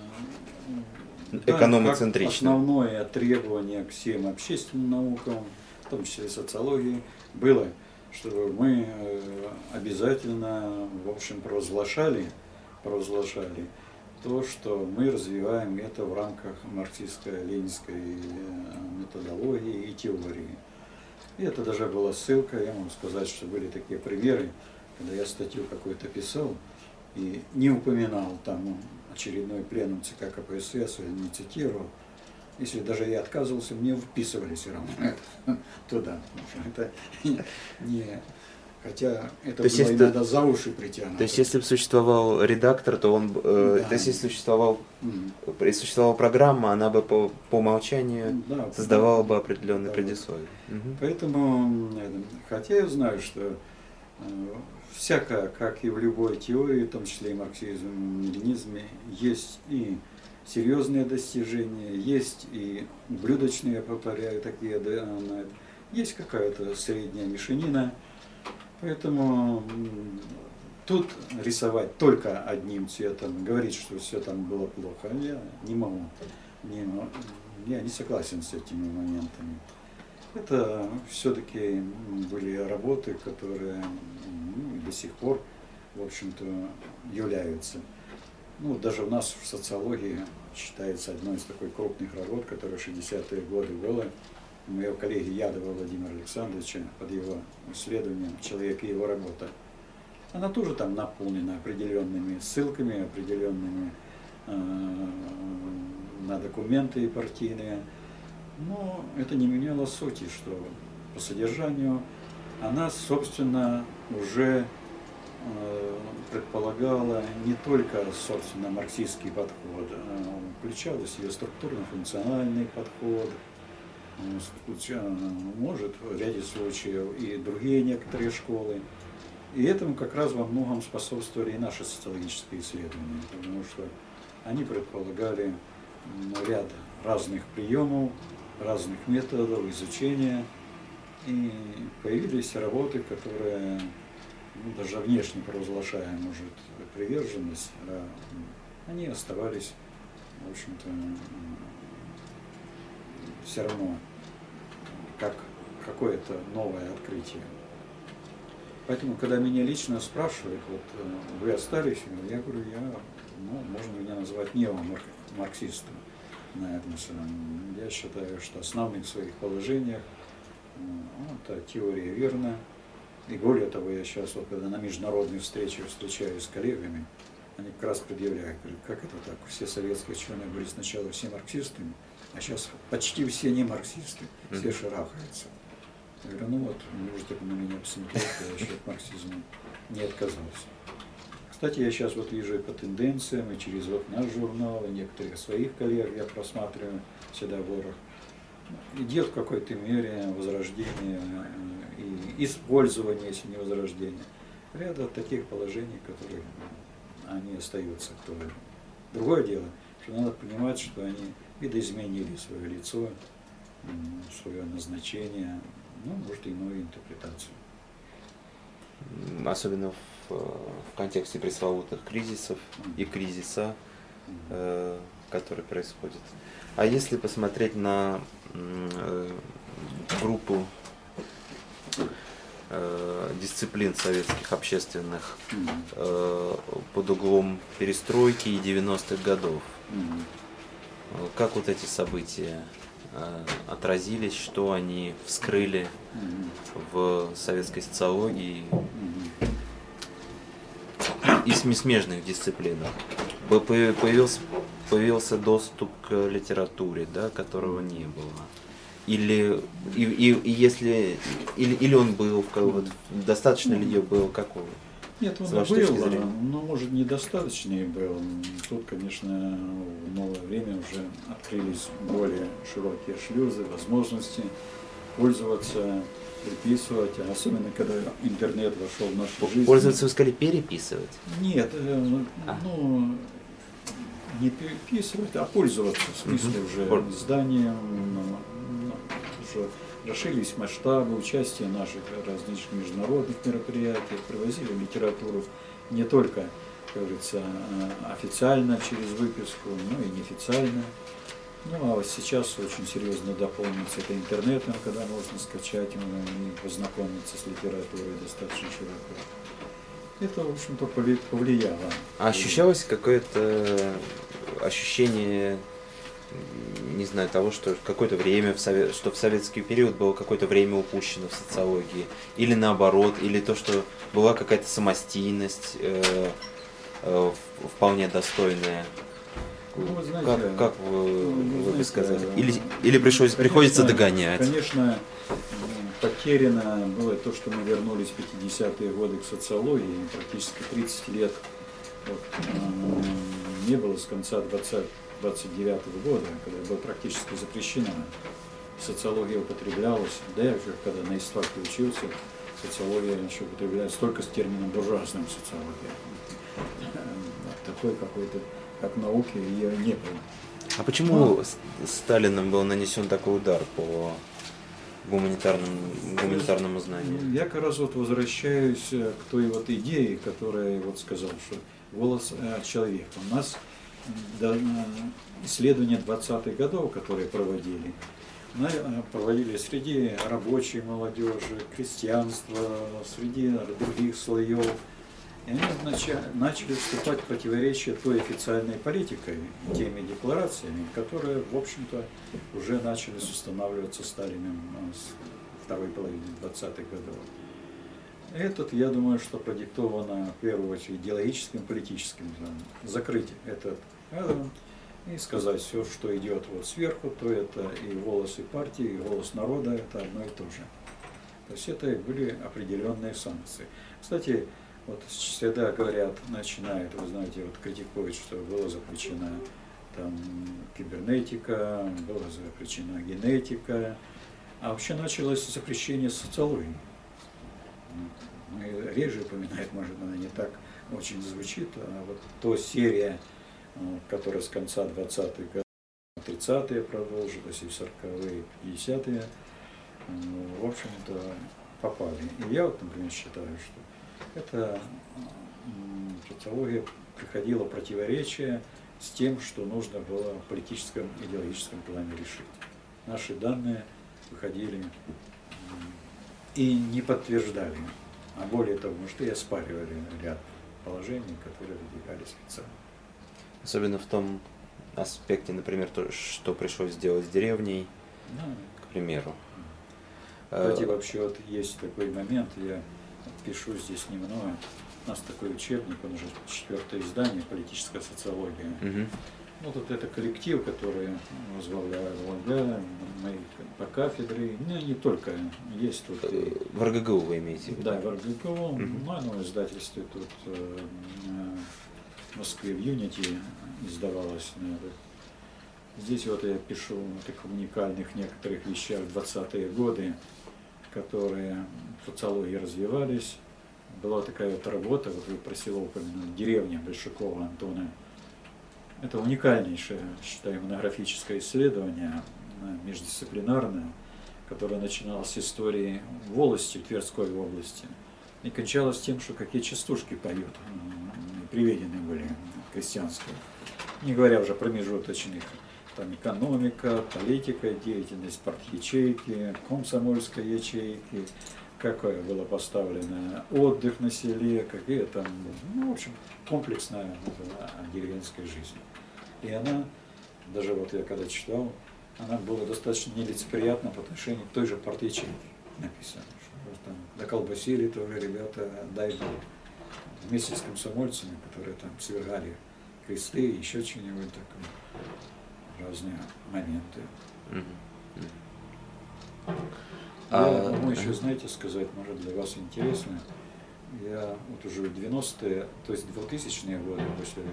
экономоцентричным. Основное требование к всем общественным наукам, в том числе социологии, было, чтобы мы обязательно, в общем, провозглашали, провозглашали то, что мы развиваем это в рамках марксистско-ленинской методологии и теории. И это даже была ссылка, я могу сказать, что были такие примеры, когда я статью какую-то писал и не упоминал там очередной пленум ЦК КПСС или не цитировал. Если даже я отказывался, мне вписывали все равно туда. Это не... Хотя это то было есть, иногда за уши притянуто. То есть, если бы существовал редактор, то он... Э, да. То есть, если существовал, mm. существовала программа, она бы по, по умолчанию да, создавала да. бы определенные да, предисловия. Вот. Угу. Поэтому, хотя я знаю, что э, всякое, как и в любой теории, в том числе и марксизме, и ленинизме, есть и серьезные достижения, есть и ублюдочные, повторяю, такие, да, есть какая-то средняя мешанина. Поэтому тут рисовать только одним цветом, говорить, что все там было плохо, я не могу, не, я не согласен с этими моментами. Это все-таки были работы, которые ну, до сих пор, в общем-то, являются. Ну, даже у нас в социологии считается одной из таких крупных работ, которая в шестидесятые годы была, моего коллеги Ядова Владимира Александровича под его исследованием «Человек и его работа». Она тоже там наполнена определенными ссылками, определенными э, на документы партийные. Но это не меняло сути, что по содержанию она, собственно, уже э, предполагала не только, собственно, марксистский подход, а включалась ее структурно-функциональный подход, может в ряде случаев и другие некоторые школы. И этому как раз во многом способствовали и наши социологические исследования, потому что они предполагали ряд разных приемов, разных методов изучения, и появились работы, которые, ну, даже внешне провозглашая, может, приверженность, а они оставались, в общем-то, все равно как какое-то новое открытие. Поэтому, когда меня лично спрашивают, вот вы остались, я говорю, я, ну, можно меня назвать неомарксистом на этом самом. Я считаю, что основных своих положениях, ну, эта теория верна. И более того, я сейчас, вот, когда на международной встрече встречаюсь с коллегами, они как раз предъявляют, говорят, как это так, все советские ученые были сначала все марксистами, а сейчас почти все не марксисты, все шарахаются. Я говорю, ну вот, можете на меня посмотреть, я еще от марксизма не отказался. Кстати, я сейчас вот вижу и по тенденциям, и через вот наш журнал, и некоторых своих коллег я просматриваю всегда в ворах. Идет в какой-то мере возрождение и использование, если не возрождение, ряда таких положений, которые они остаются актуальными. Другое дело, что надо понимать, что они видоизменили свое лицо, свое назначение, ну, может, иную интерпретацию. Особенно в, в контексте пресловутых кризисов и кризиса, э, который происходит. А если посмотреть на э, группу э, дисциплин советских общественных э, под углом перестройки и девяностых годов, как вот эти события э, отразились, что они вскрыли в советской социологии и смежных дисциплинах? Появился, появился доступ к литературе, да, которого не было. Или, и, и, и если, или, или он был, вот, достаточно ли ее был, как он? Нет, он был, но, может, недостаточно и был. Тут, конечно, в новое время уже открылись более широкие шлюзы, возможности пользоваться, переписывать, особенно когда интернет вошел в нашу жизнь. Пользоваться, вы сказали, переписывать? Нет, э, а. ну, не переписывать, а пользоваться, в смысле угу. уже изданием, уже расширились масштабы участия наших различных международных мероприятий, привозили литературу не только, как говорится, официально через выписку, но и неофициально. Ну, а вот сейчас очень серьезно дополнится это интернетом, когда можно скачать и познакомиться с литературой достаточно широко. Это, в общем-то, повлияло. А ощущалось какое-то ощущение, не знаю, того, что какое-то время, в совет, что в советский период было какое-то время упущено в социологии, или наоборот, или то, что была какая-то самостийность э, э, вполне достойная? Ну, вы знаете, как, как вы, ну, вы знаете, бы сказали? Или, или пришлось, конечно, приходится догонять? Конечно, потеряно было то, что мы вернулись в пятидесятые годы к социологии, практически тридцать лет вот, не было с конца двадцать девятого года, когда была практически запрещена. Социология употреблялась, да я уже когда на истфаке учился, социология еще употреблялась только с термином буржуазная социология. Такой какой-то, как науки, ее не было. А почему а? Сталином был нанесен такой удар по гуманитарному, гуманитарному знанию? Я как раз вот возвращаюсь к той вот идее, которая вот сказал, что голос человека. У нас исследования двадцатых годов, которые проводили, проводили среди рабочей молодежи, крестьянства, среди других слоев. И они начали вступать в противоречие той официальной политикой, теми декларациями, которые, в общем-то, уже начали устанавливаться Сталиным с второй половины двадцатых годов. Этот, я думаю, что продиктовано, в первую очередь, идеологическим, политическим. Закрыть этот и сказать, все, что идет вот сверху, то это и голос и партии, и голос народа, это одно и то же. То есть это были определенные санкции. Кстати, вот всегда говорят, начинают, вы знаете, вот критикуют, что была запрещена там кибернетика, была запрещена генетика, а вообще началось запрещение социологии. Мы реже упоминает, может, она не так очень звучит, а вот то серия, которая с конца двадцатых годов, тридцатые продолжилась, и в сороковые, пятидесятые, в общем-то, попали. И я вот, например, считаю, что эта социология приходила в противоречие с тем, что нужно было в политическом, идеологическом плане решить. Наши данные выходили и не подтверждали, а более того, может, и оспаривали ряд положений, которые выдвигались официально. Особенно в том аспекте, например, то, что пришлось сделать с деревней, да, к примеру. Кстати, вообще вот есть такой момент, я пишу здесь немного, у нас такой учебник, он уже четвертое издание, политическая социология. Угу. Ну, вот это коллектив, который возглавляю Волга, мои по кафедре, ну и не только, есть тут и... В РГГУ вы имеете в виду? Да, в РГГУ, угу. Ну, оно в издательстве тут э, в Москве в Юнити издавалось. Здесь вот я пишу о таких уникальных некоторых вещах в двадцатые годы, которые в социологии развивались. Была такая вот работа, вот вы про село упомянули, деревня Большакова Антона. Это уникальнейшее, считаю, монографическое исследование, междисциплинарное, которое начиналось с истории волости, Тверской области, и кончалось тем, что какие частушки поют, приведены были крестьянские. Не говоря уже промежуточных, там экономика, политика, деятельность партячейки, комсомольской ячейки, какое было поставлено отдых на селе, какие там, ну, в общем, комплексная деревенская жизнь. И она, даже вот я когда читал, она была достаточно нелицеприятна по отношению к той же партячейке написано, что там доколбасили тоже ребята, дай Бог, вместе с комсомольцами, которые там свергали кресты, еще что-нибудь такое, разные моменты. Я могу еще, знаете, сказать, может для вас интересно, я вот уже в девяностые, то есть двухтысячные годы, после,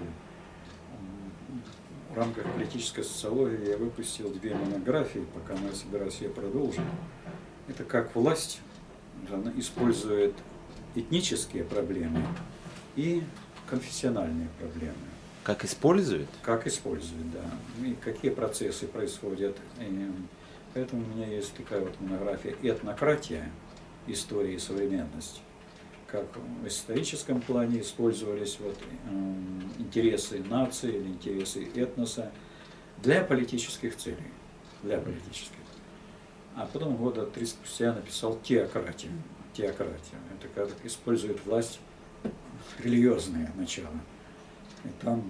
в рамках политической социологии я выпустил две монографии, пока мы собирались ее продолжить. Это как власть она использует этнические проблемы и конфессиональные проблемы. Как использует? Как использует, да. И какие процессы происходят. И поэтому у меня есть такая вот монография «Этнократия. История и современность». Как в историческом плане использовались вот, э, интересы нации или интересы этноса для политических целей. Для политических. А потом года три спустя я написал «Теократию». Теократия. Это как использует власть религиозные начала. И там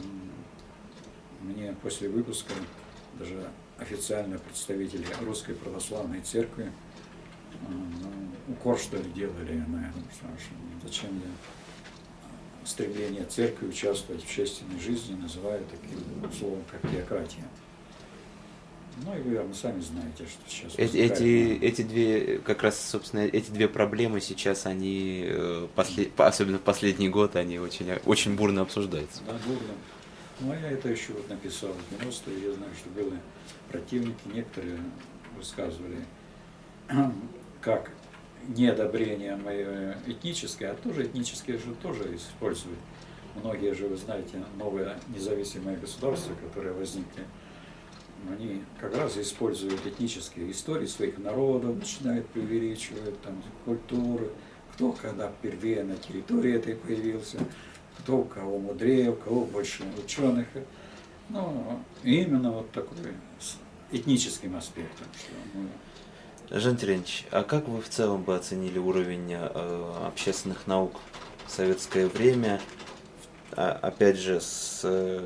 мне после выпуска даже официально представители Русской Православной Церкви ну, укор, что ли, делали на этом, потому что зачем я стремление церкви участвовать в общественной жизни называю таким словом, как теократия. Ну и вы, наверное, сами знаете, что сейчас... Эти, эти, эти две, как раз, собственно, эти две проблемы сейчас, они, после, особенно в последний год, они очень, очень бурно обсуждаются. Да, бурно. Ну, а я это еще вот написал в девяностые, я знаю, что были противники, некоторые высказывали, как неодобрение мое этническое, а тоже этнические же тоже используют. Многие же, вы знаете, новые независимые государства, которые возникли, они как раз используют этнические истории своих народов, начинают преувеличивать там культуры, кто когда впервые на территории этой появился, кто у кого мудрее, у кого больше ученых. Ну, именно вот такой с этническим аспектом. Что мы... Жан Терентьевич, а как вы в целом бы оценили уровень э, общественных наук в советское время, опять же, с,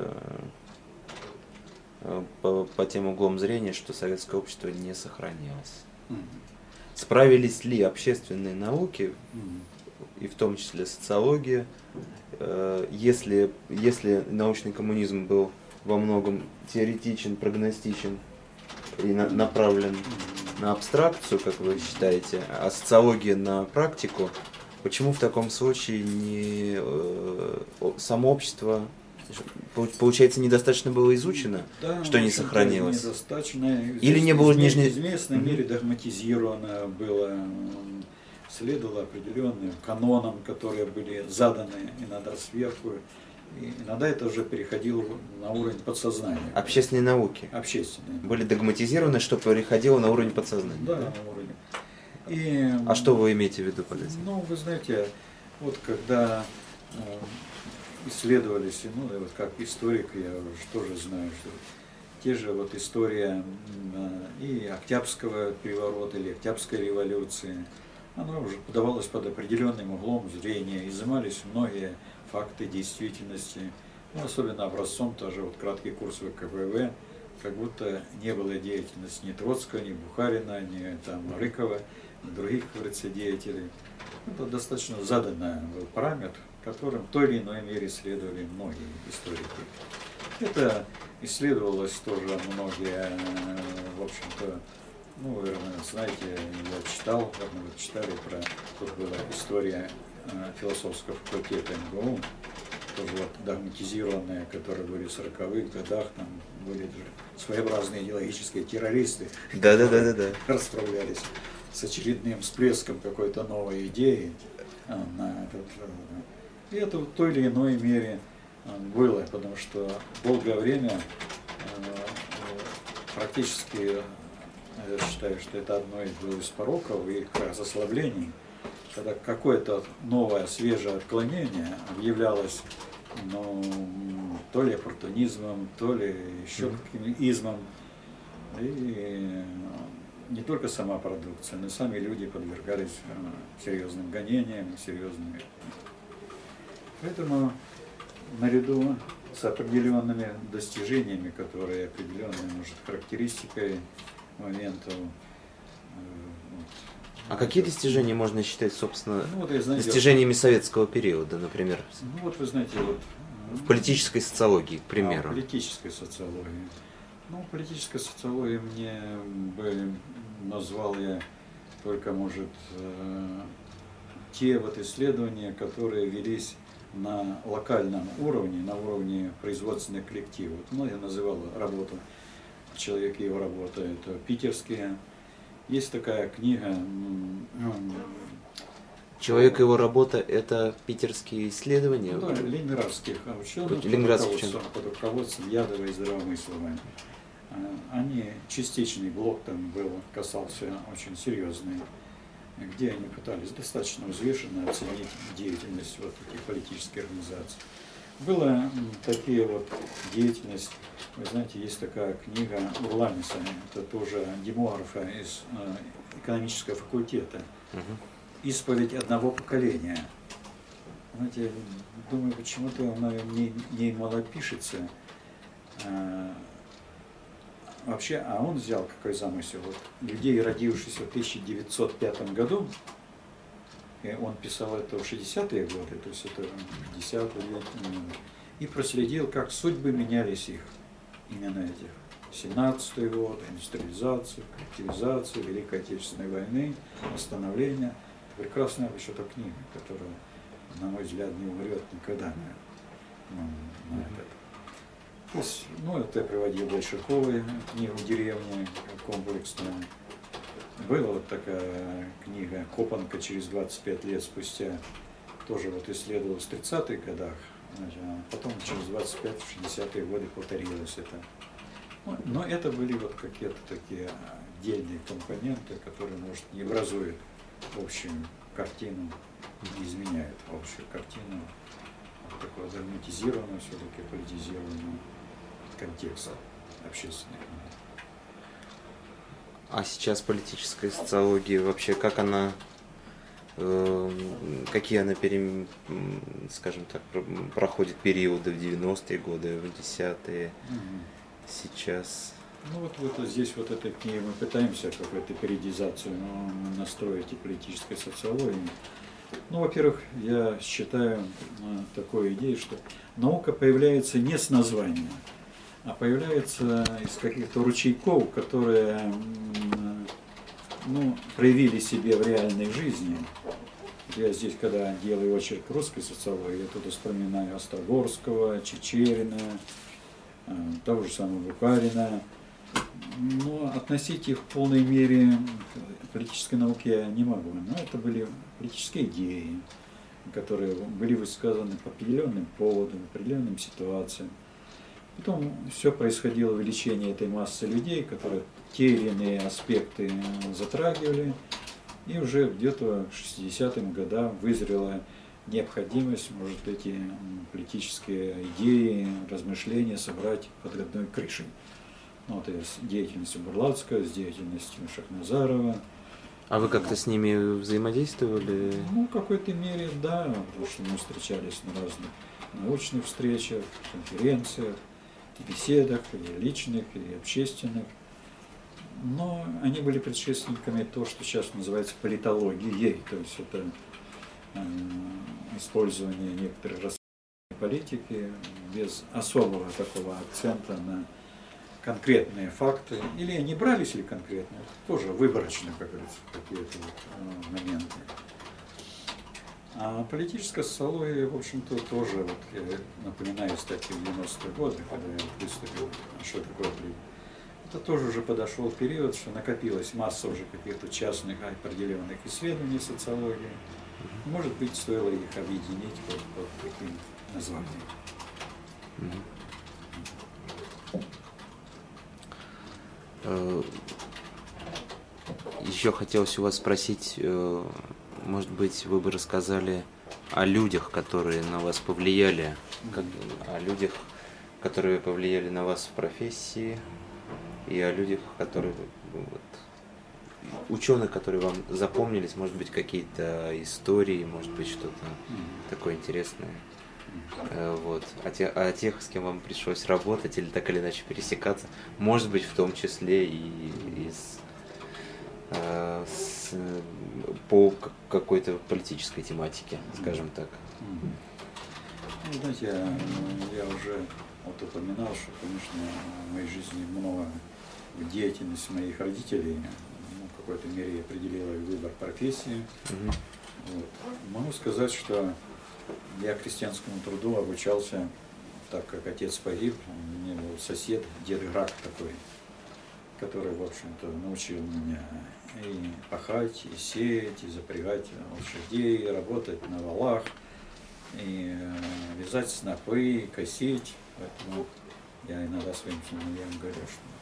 по, по тем углом зрения, что советское общество не сохранилось. Mm-hmm. Справились ли общественные науки, mm-hmm. и в том числе социология, если, если научный коммунизм был во многом теоретичен, прогностичен и на, направлен на абстракцию, как вы считаете, а социология на практику, почему в таком случае не э, само общество, получается, недостаточно было изучено, да, что не сохранилось? Недостаточно. Или не было нижней... В известной mm-hmm. мере догматизировано было, следовало определенным канонам, которые были заданы иногда сверху. И иногда это уже переходило на уровень подсознания. Общественные науки Общественные. Были догматизированы, что переходило на уровень подсознания. Да, да? на уровень. И, а что вы имеете в виду под этим? Ну, вы знаете, вот когда э, исследовались, ну, вот как историк, я уже тоже знаю, что те же вот история э, и Октябрьского переворота или Октябрьской революции, она уже подавалась под определенным углом зрения, изымались многие факты действительности, ну, особенно образцом тоже вот краткий курс вэ ка бэ вэ, как будто не было деятельности ни Троцкого, ни Бухарина, ни там Рыкова, ни других, как говорится, деятелей. Это достаточно заданный был параметр, которым в той или иной мере исследовали многие историки. Это исследовалось тоже многие, в общем-то, ну, вы, знаете, я читал, как мы читали про, тут была история философского факультета эм гэ у, тоже вот догматизированные, которые были в сороковых годах, там были своеобразные идеологические террористы, да, да, да, да, да. расправлялись с очередным всплеском какой-то новой идеи на этот, и это в той или иной мере было, потому что долгое время практически, я считаю, что это одно из пороков и как раз ослаблений, когда какое-то новое, свежее отклонение объявлялось, ну, то ли оппортунизмом, то ли еще mm-hmm. каким-то измом. И не только сама продукция, но и сами люди подвергались серьезным гонениям, серьезным. Поэтому наряду с определенными достижениями, которые определенной, может, характеристикой моментов. А какие достижения можно считать, собственно, ну, вот, знаете, достижениями советского периода, например? Ну вот вы знаете, вот в политической социологии, к примеру. А, в политической социологии. Ну, политическая социология мне бы назвал я только, может, те вот исследования, которые велись на локальном уровне, на уровне производственных коллективов. Ну, я называл работу «Человек и его работа», это питерские. Есть такая книга. «Человек и его работа» — это питерские исследования? Ну, да, ленинградских ученых Ленинградских под, под руководством Ядова и Здравомыслова. Они, частичный блок там был, касался очень серьезный, где они пытались достаточно взвешенно оценить деятельность вот этих политических организаций. Была такие вот деятельность, вы знаете, есть такая книга Урламиса, это тоже демографа из э, экономического факультета, «Исповедь одного поколения». Знаете, думаю, почему-то она не, не мало пишется. А, вообще, а он взял какой замысел? Вот, людей, родившихся в тысяча девятьсот пятом году, и он писал это в шестидесятые годы, то есть это пятидесятые лет, и проследил, как судьбы менялись их, именно этих. семнадцатый год, индустриализацию, коллективизацию, Великой Отечественной войны, восстановление. Это прекрасная еще-то книга, которая, на мой взгляд, не умрет никогда на, на, на это. То есть, ну, это я приводил Большаковой книгу «Деревня» комплексную. Была вот такая книга «Копанка» через двадцать пять лет спустя, тоже вот исследовалась в тридцатых годах, значит, а потом через двадцать пять в шестидесятые годы повторилось это. Ну, но это были вот какие-то такие отдельные компоненты, которые, может, не образуют общую картину, не изменяют общую картину вот такого догматизированного, все-таки политизированного контекста общественных. А сейчас политическая социология вообще, как она э, какие она, перем, скажем так, проходит периоды в девяностые годы, в десятые, Мгм. сейчас? Ну вот, вот здесь вот это мы пытаемся какую-то периодизацию ну, настроить и политической социологии. Ну, во-первых, я считаю э, такой идеей, что наука появляется не с названия, а появляется из каких-то ручейков, которые м, ну, проявили себя в реальной жизни. Я здесь, когда делаю очерк русской социологии, я тут вспоминаю Острогорского, Чичерина, э, того же самого Бухарина. Но относить их в полной мере к политической науке я не могу. Но это были политические идеи, которые были высказаны по определенным поводам, определенным ситуациям. Потом все происходило увеличение этой массы людей, которые те или иные аспекты затрагивали. И уже где-то к шестидесятым годам вызрела необходимость, может, эти политические идеи, размышления собрать под одной крышей. Вот и с деятельностью Бурлацкого, с деятельностью Шахназарова. А вы как-то с ними взаимодействовали? Ну, в какой-то мере, да, потому что мы встречались на разных научных встречах, конференциях, беседах, и личных, и общественных. Но они были предшественниками того, что сейчас называется политологией, то есть это э, использование некоторых рассмотренной политики без особого такого акцента на конкретные факты, или они брались, или конкретные, тоже выборочно, как говорится, какие-то вот, э, моменты. А политическая социология, в общем-то, тоже, вот, я напоминаю статью в девяностые годы, когда я выступил, что такое политика. Это тоже уже подошел период, что накопилась масса уже каких-то частных определенных исследований социологии. Может быть, стоило их объединить под, под таким названием. Еще хотелось у вас спросить, может быть, вы бы рассказали о людях, которые на вас повлияли, как, о людях, которые повлияли на вас в профессии, и о людях, которые, вот, ученых, которые вам запомнились, может быть, какие-то истории, может быть, что-то mm-hmm. такое интересное. Mm-hmm. Вот. А, те, а тех, с кем вам пришлось работать или так или иначе пересекаться, может быть, в том числе и из, э, с, по какой-то политической тематике, скажем так. Mm-hmm. Ну, знаете, я, я уже вот упоминал, что, конечно, в моей жизни много деятельности моих родителей ну, в какой-то мере определила выбор профессии. Mm-hmm. Вот. Могу сказать, что я крестьянскому труду обучался, так как отец погиб. У меня был сосед, дед Грак такой, который, в общем-то, научил меня и пахать, и сеять, и запрягать лошадей, и работать на валах, и вязать снопы, и косить. Поэтому я иногда своим сыновьям говорю, что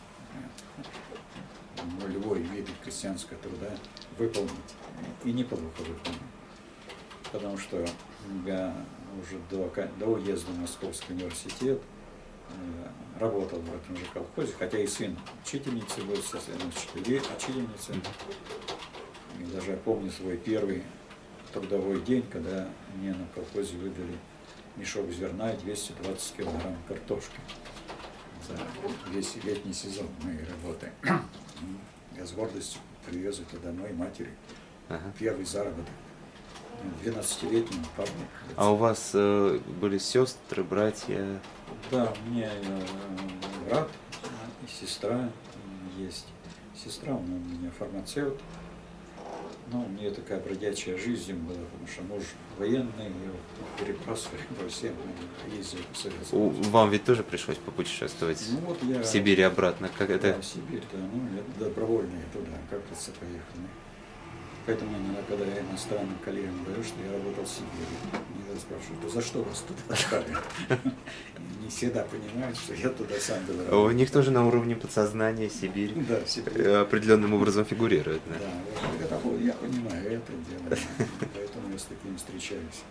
ну, любой вид крестьянского труда выполнить и неплохо выполнить. Потому что я уже до, до уезда в Московский университет э, работал в этом же колхозе, хотя и сын учительницы был, сын учительницы. И даже я помню свой первый трудовой день, когда мне на колхозе выдали мешок зерна и двести двадцать килограмм картошки за весь летний сезон моей работы. Я с гордостью привез это домой матери. Ага. Первый заработок двенадцатилетнему парню. А у вас э, были сестры, братья? Да, у меня э, брат и сестра есть. Сестра у меня фармацевт. Ну, у нее такая бродячая жизнь была, потому что муж военный, ее перебрасывали по всем, ездили по Советскому Союзу. Вам ведь тоже пришлось попутешествовать ну, вот я, в Сибирь и обратно? Как да, это? в Сибирь, да, ну, я добровольно я туда, как говорится, поехал. Поэтому иногда, когда я иностранным коллегам говорю, что я работал в Сибири, они спрашивают, да за что вас туда отправили? Не всегда понимают, что я туда сам добровольно. У них тоже на уровне подсознания Сибирь да, Сибирь. определенным образом фигурирует. Да, да это, я понимаю это дело, поэтому я с таким встречаюсь.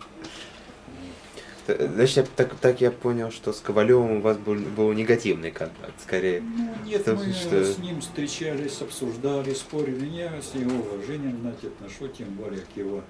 Значит, так, так я понял, что с Ковалевым у вас был, был негативный контакт, скорее. Ну, нет, то, мы что... с ним встречались, обсуждали, спорили. Я с его уважением, знаете, отношу, тем более к его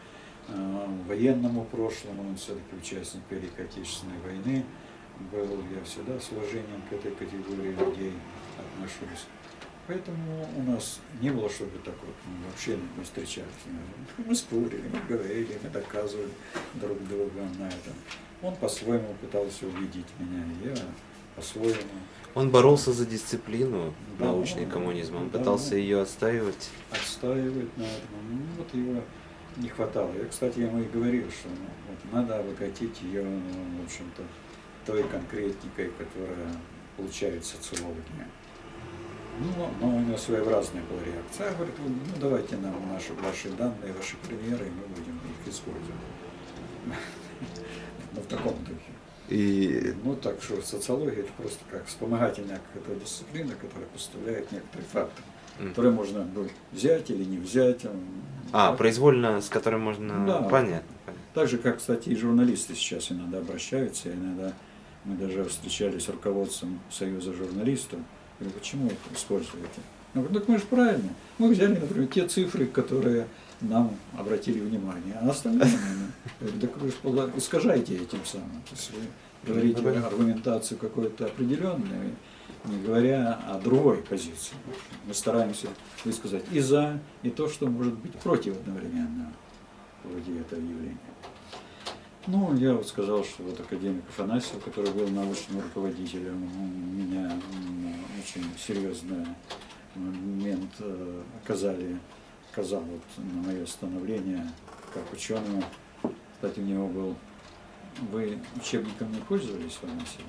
военному прошлому, он все-таки участник Великой Отечественной войны был. Я всегда с уважением к этой категории людей отношусь. Поэтому у нас не было, чтобы так вот мы вообще не встречались. Мы спорили, мы говорили, мы доказывали друг друга на этом. Он по-своему пытался убедить меня, я по-своему. Он боролся за дисциплину Да, научный он- коммунизм, он да, пытался он- ее отстаивать. Отстаивать на этом. Ну, вот его не хватало. Я, кстати, ему и говорил, что ну, вот надо обогатить ее, ну, в общем-то, той конкретикой, которая получает социология. Ну, но у него своеобразная была реакция. Я говорю, ну давайте нам наши, ваши данные, ваши примеры, и мы будем их использовать. Ну, в таком духе. И Ну, так что социология это просто как вспомогательная какая-то дисциплина, которая поставляет некоторые факты, которые можно взять или не взять. А, произвольно, с которым можно... Да. Понятно, понятно. Так же, как, кстати, и журналисты сейчас иногда обращаются, иногда мы даже встречались с руководством Союза журналистов. Я говорю, почему вы их используете? Я говорю, так мы же правильно. Мы взяли, например, те цифры, которые нам обратили внимание, а остальные, я говорю, так вы же искажаете этим самым. То есть вы говорите аргументацию какую-то определенную, не говоря о другой позиции. Мы стараемся высказать и за, и то, что может быть против одновременно вроде этого явления. Ну, я вот сказал, что вот академик Афанасьев, который был научным руководителем, у меня очень серьезный момент оказали, оказал вот на мое становление как ученого. Кстати, у него был... Вы учебником не пользовались, Афанасьева?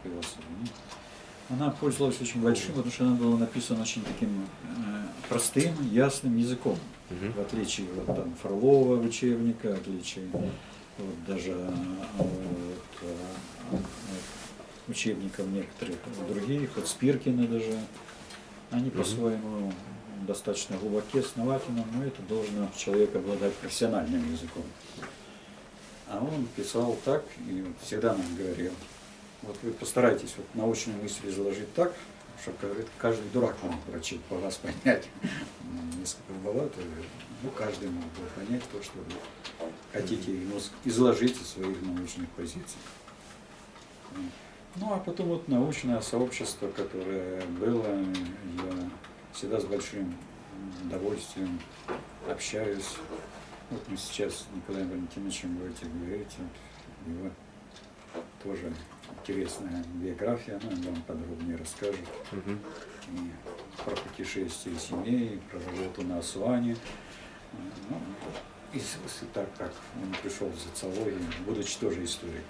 Она пользовалась очень большим, потому что она была написана очень таким э, простым, ясным языком. Uh-huh. В отличие от там, Фролова учебника, в отличие вот, даже от, от учебников некоторых других, от Спиркина даже. Они uh-huh. по-своему достаточно глубоки, основательны, но это должен человек обладать профессиональным языком. А он писал так и всегда нам говорил, вот вы постарайтесь вот научную мысль изложить так, чтобы каждый дурак мог прочесть, по вас понять. Несколько глубоко, ну, каждый мог бы понять то, что вы хотите изложить из своих научных позиций. Ну, а потом вот научное сообщество, которое было, я всегда с большим удовольствием общаюсь. Вот мы сейчас с Николаем Валентиновичем будете говорить, вот его тоже интересная биография, она вам подробнее расскажет. Uh-huh. И про путешествия семьи, и про работу на Асуане. Ну, и, и так как он пришел в социологию, будучи тоже историком.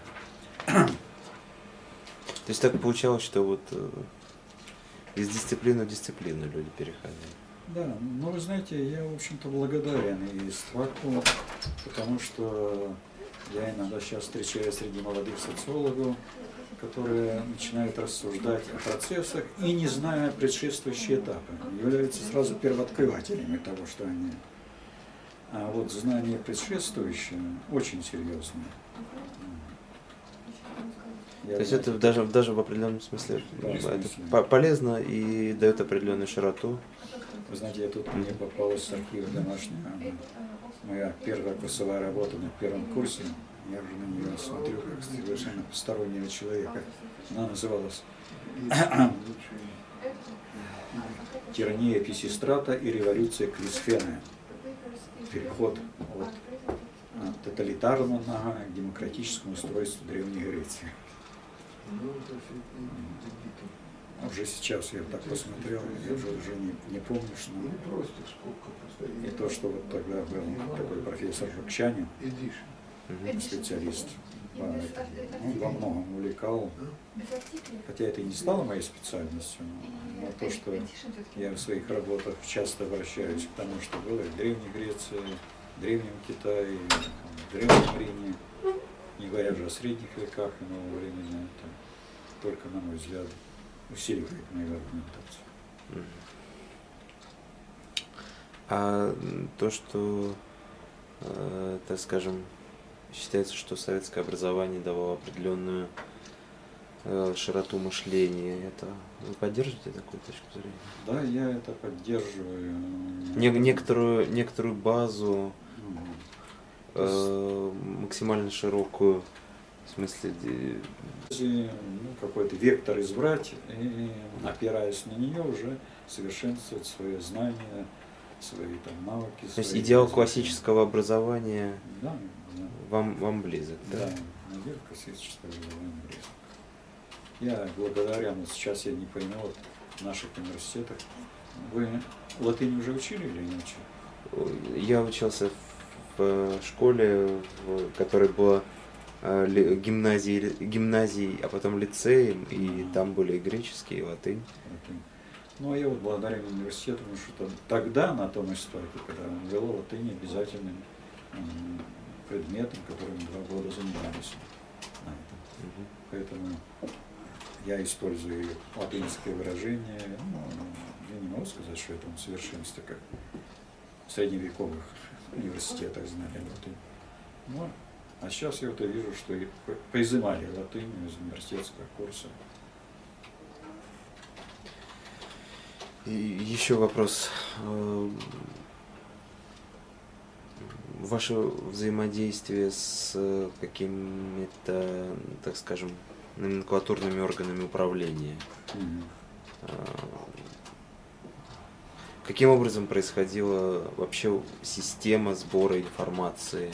То есть так получалось, что вот э, из дисциплины в дисциплину люди переходили. Да, ну вы знаете, я в общем-то благодарен и стваку, потому что я иногда сейчас встречаю среди молодых социологов, которые начинают рассуждать о процессах и, не зная предшествующие этапы, являются сразу первооткрывателями того, что они. А вот знание предшествующее очень серьезное. Я То есть знаю, это даже, даже в определенном смысле, да, это смысле. полезно и дает определенную широту. Вы знаете, я тут мне попалась с архива домашнего, моя первая курсовая работа на первом курсе. Я уже на нее смотрю как совершенно постороннего человека. Она называлась «Тирания Писистрата и революция Крисфена». Переход от тоталитарного к демократическому устройству Древней Греции. Уже сейчас я так посмотрел, я уже, уже не, не помню, что... И то, что вот тогда был такой профессор Бакчанин, специалист, по этому, ну, во многом увлекал, хотя это и не стало моей специальностью, но то, что я в своих работах часто обращаюсь к тому, что было в Древней Греции, в Древнем Китае, в Древнем Риме, не говоря же о средних веках и нового времени, это только, на мой взгляд, усиливает мою аргументацию. А то, что, э, так скажем, считается, что советское образование давало определенную э, широту мышления, это вы поддерживаете такую точку зрения? Да, я это поддерживаю. Не, некоторую, некоторую базу э, максимально широкую, в смысле... Ну, какой-то вектор избрать и, опираясь на нее, уже совершенствовать свои знания, свои там навыки. То есть идеал развития. Классического образования да, да. Вам, вам близок, да? Да, идеал классического образования близок. Я благодаря, но сейчас я не пойму, в наших университетах, вы латынь уже учили или не учили? Я учился в школе, в которой была гимназии, гимназии, а потом лицеем, и mm-hmm. там были и греческий, и латынь. латынь. Ну, а я вот благодаря университету, потому что тогда на том истоке, когда ввело латынь обязательным предметом, которым два года занимались на этом. Mm-hmm. Поэтому я использую латынское выражение, ну, я не могу сказать, что это в совершенстве, как в средневековых университетах знали латынь. Но, а сейчас я вот и вижу, что и поизымали латынь из университетского курса. И еще вопрос. Ваше взаимодействие с какими-то, так скажем, номенклатурными органами управления. Mm-hmm. Каким образом происходила вообще система сбора информации?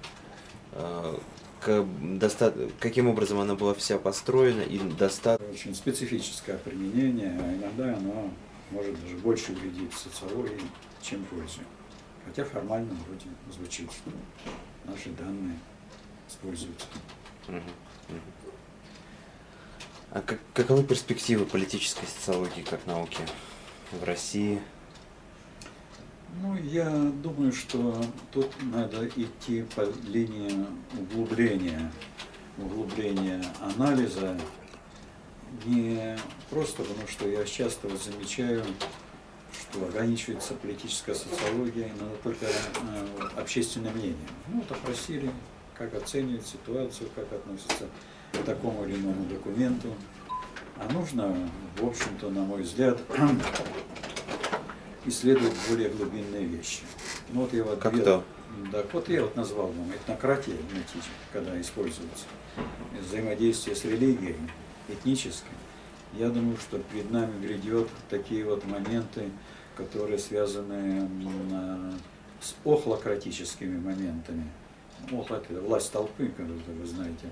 Каким образом она была вся построена и достаточно? Очень специфическое применение, а иногда оно может даже больше вредить социологии, чем пользы. Хотя формально вроде звучит, что наши данные используются. Uh-huh. Uh-huh. А как, каковы перспективы политической социологии как науки в России? Ну, я думаю, что тут надо идти по линии углубления, углубления анализа, не просто потому, что я часто вот замечаю, что ограничивается политическая социология надо только э, общественным мнением. Ну, вот опросили, как оценивают ситуацию, как относятся к такому или иному документу. А нужно, в общем-то, на мой взгляд, исследовать более глубинные вещи. Ну, вот я вот как две, то? Да, вот я вот назвал вам этнократия, когда используется взаимодействие с религией, этнической. Я думаю, что перед нами грядет такие вот моменты, которые связаны с охлократическими моментами. Охло – это власть толпы, как вы знаете.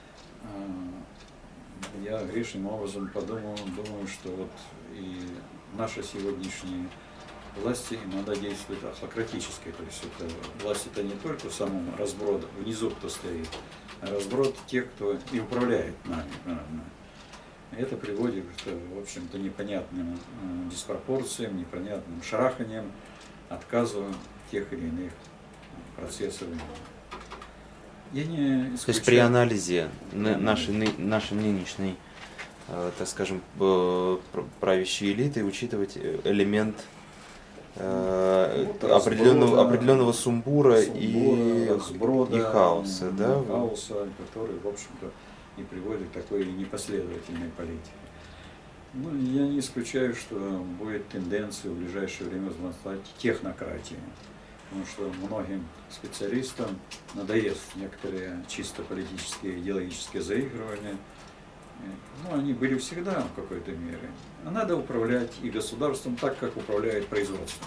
Я грешным образом подумал, думаю, что вот и наши сегодняшние власти им надо действовать охлократически. То есть это, власть это не только в самом разброде, внизу кто стоит, а разброд тех, кто и управляет нами. Это приводит к, в общем-то, непонятным диспропорциям, непонятным шараханиям, отказу тех или иных процессов. Я не исключаю... То есть при анализе нашей, нашей нынешней, так скажем, правящей элиты учитывать элемент вот, определенного, разброда, определенного сумбура, сумбура и, разброда, и хаоса, да? Хаоса, который, в общем-то, и приводит к такой непоследовательной политике. Ну, я не исключаю, что будет тенденция в ближайшее время возрастать технократии, потому что многим специалистам надоест некоторые чисто политические, идеологические заигрывания. Ну, они были всегда в какой-то мере. А надо управлять и государством так, как управляет производством.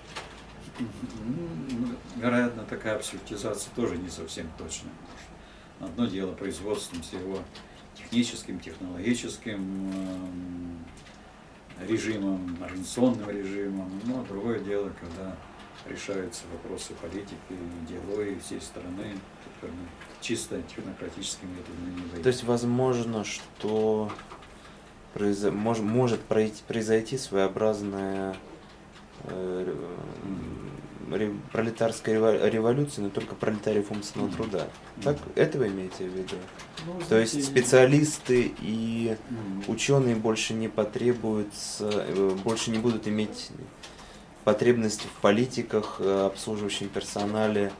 Ну, вероятно, такая абсолютизация тоже не совсем точная. Одно дело производством с его техническим, технологическим э, режимом, организационным режимом, но другое дело, когда решаются вопросы политики, идеологии всей страны, чисто технократическим методом не дойти. То есть возможно, что произ... мож... может произойти своеобразная э, пролетарская революция, но только пролетариев умственного mm-hmm. труда. Так, mm-hmm. это вы имеете в виду? Ну, То знаете, есть специалисты и mm-hmm. ученые больше не потребуются, больше не будут иметь потребности в политиках, обслуживающем персонале.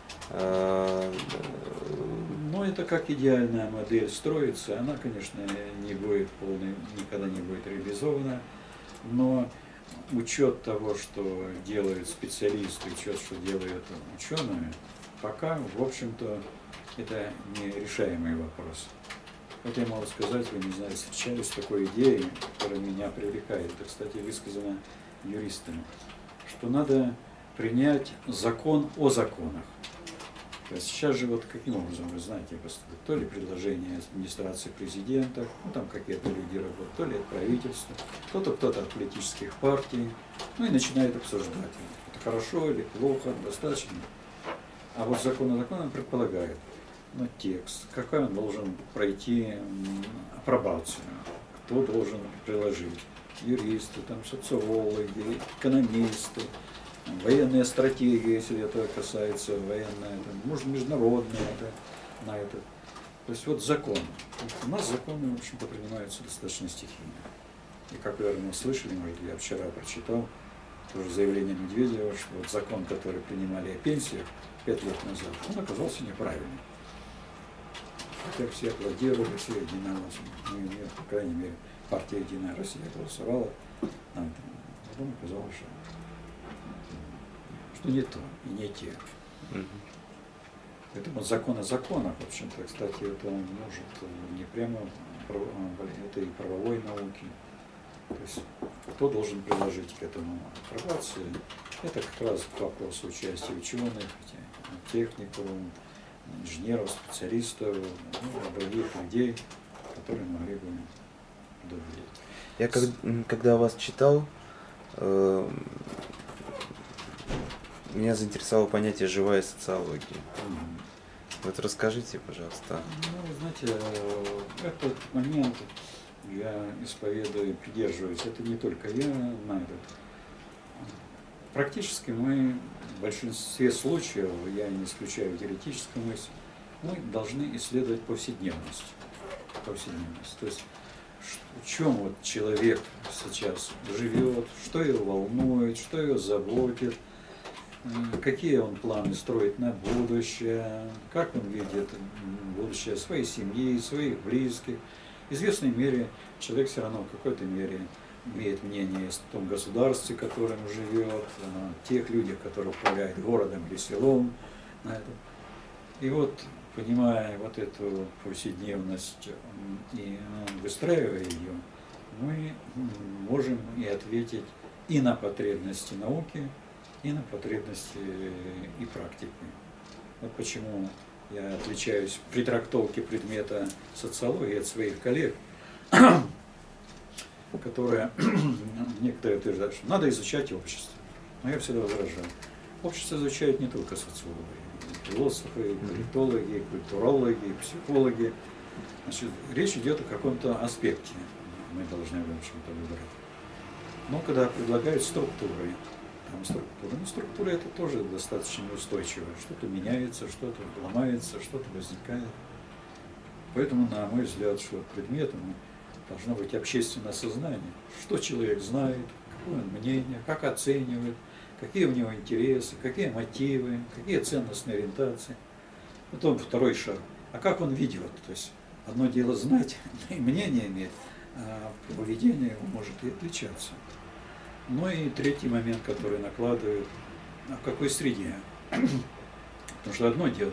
Ну, это как идеальная модель строится. Она, конечно, не будет полной, никогда не будет реализована, но учет того, что делают специалисты, учет, что делают ученые, пока, в общем-то, это нерешаемый вопрос. Вот я могу сказать, вы, не знаю, встречались с такой идеей, которая меня привлекает. Это, кстати, высказано юристами, что надо принять закон о законах. То есть сейчас же вот каким образом, вы знаете, то ли предложение администрации президента, ну там какие-то люди работают, то ли от правительства, кто-то кто-то от политических партий, ну и начинает обсуждать, это хорошо или плохо, достаточно. А вот закон о законах предполагает, ну, текст, какой он должен пройти апробацию, кто должен приложить, юристы, там, социологи, экономисты, военная стратегия, если это касается военной, может, международная это, на это. То есть вот закон. У нас законы, в общем-то, принимаются достаточно стихийно. И как вы, наверное, слышали, может, я вчера прочитал тоже заявление Медведева, что вот закон, который принимали о пенсиях пять лет назад, он оказался неправильным. Хотя все аплодировали, все единогласно. Ну, по крайней мере, партия «Единая Россия» голосовала на этом. Потом оказалось, что что не то и не те. Mm-hmm. Поэтому закон о законах, в общем-то, кстати, это может не прямо, это и правовой науки. То есть кто должен приложить к этому апробацию, это как раз к вопросу участия ученых, техников, инженеров, специалистов, ну, других людей, которые могли бы доводить. Я как, когда вас читал, э, меня заинтересовало понятие «живая социология». Mm-hmm. Вот расскажите, пожалуйста. Ну, знаете, этот момент я исповедую и придерживаюсь. Это не только я на этот. Практически мы в большинстве случаев, я не исключаю теоретическую мысль, мы должны исследовать повседневность. Повседневность. То есть в чем вот человек сейчас живет, что его волнует, что его заботит, какие он планы строит на будущее, как он видит будущее своей семьи, своих близких. В известной мере человек все равно в какой-то мере имеет мнение о том государстве, в котором живет, о тех людях, которые управляют городом или селом. И вот, понимая вот эту повседневность и выстраивая ее, мы можем и ответить и на потребности науки, и на потребности и практики. Вот почему я отличаюсь при трактовке предмета социологии от своих коллег, которые некоторые утверждают, что надо изучать общество. Но я всегда возражаю. Общество изучают не только социологи, философы, политологи, культурологи, психологи. Значит, речь идет о каком-то аспекте. Мы должны, в общем-то, выбрать. Но когда предлагают структуры, там структура, ну, структура это тоже достаточно неустойчиво. Что-то меняется, что-то ломается, что-то возникает. Поэтому, на мой взгляд, что предметом должно быть общественное сознание. Что человек знает, какое он мнение, как оценивает, какие у него интересы, какие мотивы, какие ценностные ориентации. Потом второй шаг. А как он ведет? То есть одно дело знать и мнение иметь, а поведение его может и отличаться. Ну и третий момент, который накладывает, а в какой среде. Потому что одно дело,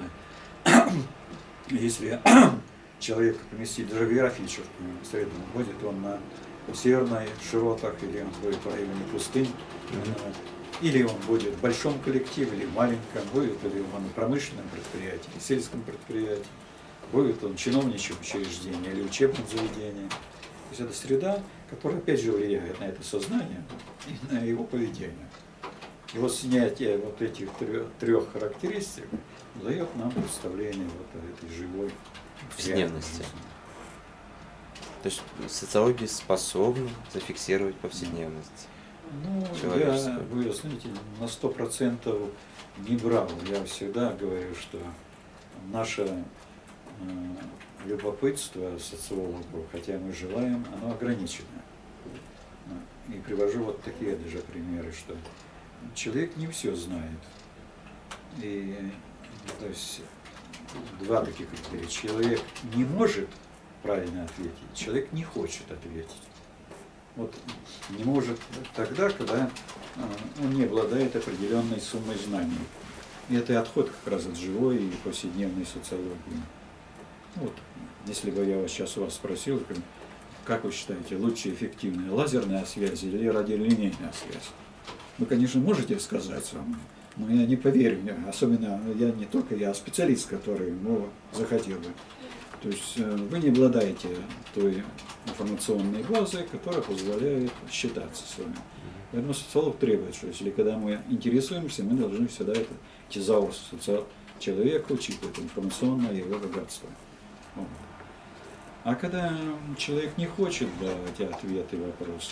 если человек поместить даже географическую среду, будет он на северной широтах, или он будет в районе пустынь, или он будет в большом коллективе, или в маленьком, будет ли он в промышленном предприятии, или сельском предприятии, будет он в чиновничьем учреждении или учебном заведении. То есть это среда, которая опять же влияет на это сознание и на его поведение. И вот снятие вот этих трех, трех характеристик дает нам представление вот этой живой повседневности. То есть социология способна зафиксировать повседневность. Ну, я, вы знаете, на сто процентов не брал. Я всегда говорю, что наше э, любопытство социологов, хотя мы желаем, оно ограничено. И привожу вот такие даже примеры, что человек не все знает. И то есть два таких критерия. Человек не может правильно ответить, человек не хочет ответить. Вот не может тогда, когда он не обладает определенной суммой знаний. И это отход как раз от живой и повседневной социологии. Вот, если бы я вас сейчас у вас спросил, как вы считаете, лучше эффективная лазерная связь или радиолинейная связь? Вы, конечно, можете сказать сам, но я не поверю, особенно я не только я, а специалист, который ну, захотел бы. То есть вы не обладаете той информационной базой, которая позволяет считаться с вами. Поэтому социолог требует, что если когда мы интересуемся, мы должны всегда это тезаурус человека учитывать информационное его богатство. Вот. А когда человек не хочет давать ответы вопросы,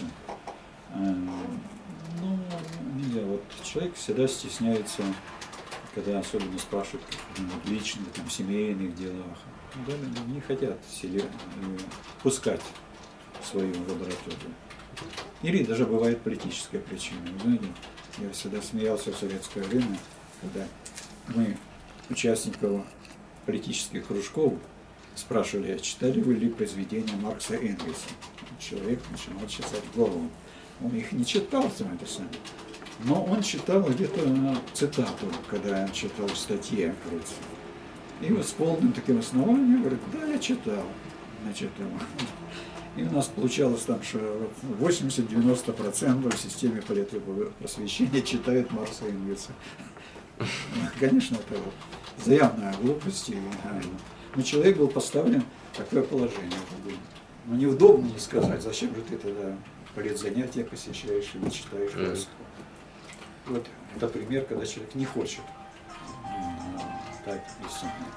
ну, нельзя. Вот человек всегда стесняется, когда особенно спрашивают в личных, там, семейных делах. Да, не хотят себе пускать в свою лабораторию. Или даже бывает политическая причина. Вы знаете, я всегда смеялся в советское время, когда мы, участников политических кружков, спрашивали, а читали вы ли произведения Маркса и Энгельса? Человек начинал чесать голову. Он их не читал, это сами. Но он читал где-то цитату, когда он читал в статье, кажется. И вот с полным таким основанием говорит, да, я читал. Значит, и у нас получалось там, что восемьдесят-девяносто процентов в системе политпросвещения читают Маркса и Энгельса. Конечно, это вот заявная глупость. Но человек был поставлен в такое положение. Но неудобно не сказать, зачем же ты тогда политзанятия посещаешь или читаешь классику. Вот это пример, когда человек не хочет так истинно.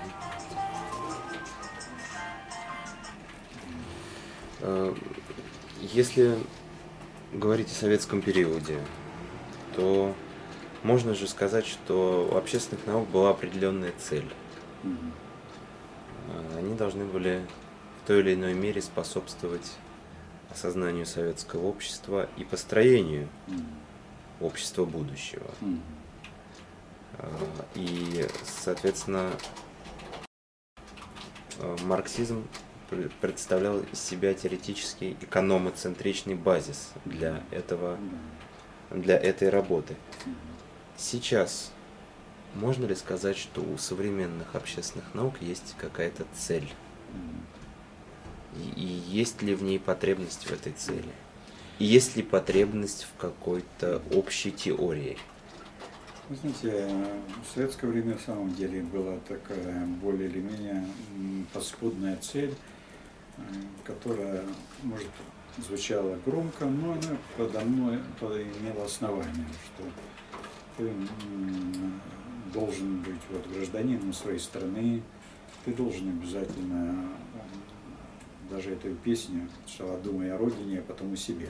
Если говорить о советском периоде, то можно же сказать, что у общественных наук была определенная цель. Mm-hmm. Они должны были в той или иной мере способствовать осознанию советского общества и построению mm-hmm. общества будущего. Mm-hmm. И, соответственно, марксизм представлял из себя теоретический экономоцентричный базис для этого, для этой работы. Сейчас можно ли сказать, что у современных общественных наук есть какая-то цель? И, и есть ли в ней потребность в этой цели? И есть ли потребность в какой-то общей теории? Вы знаете, в советское время в самом деле была такая более или менее подспудная цель, которая, может, звучала громко, но она подо мной имела основание, что ты должен быть вот, гражданином своей страны, ты должен обязательно, даже эту песню, сначала думай о родине, а потом о себе.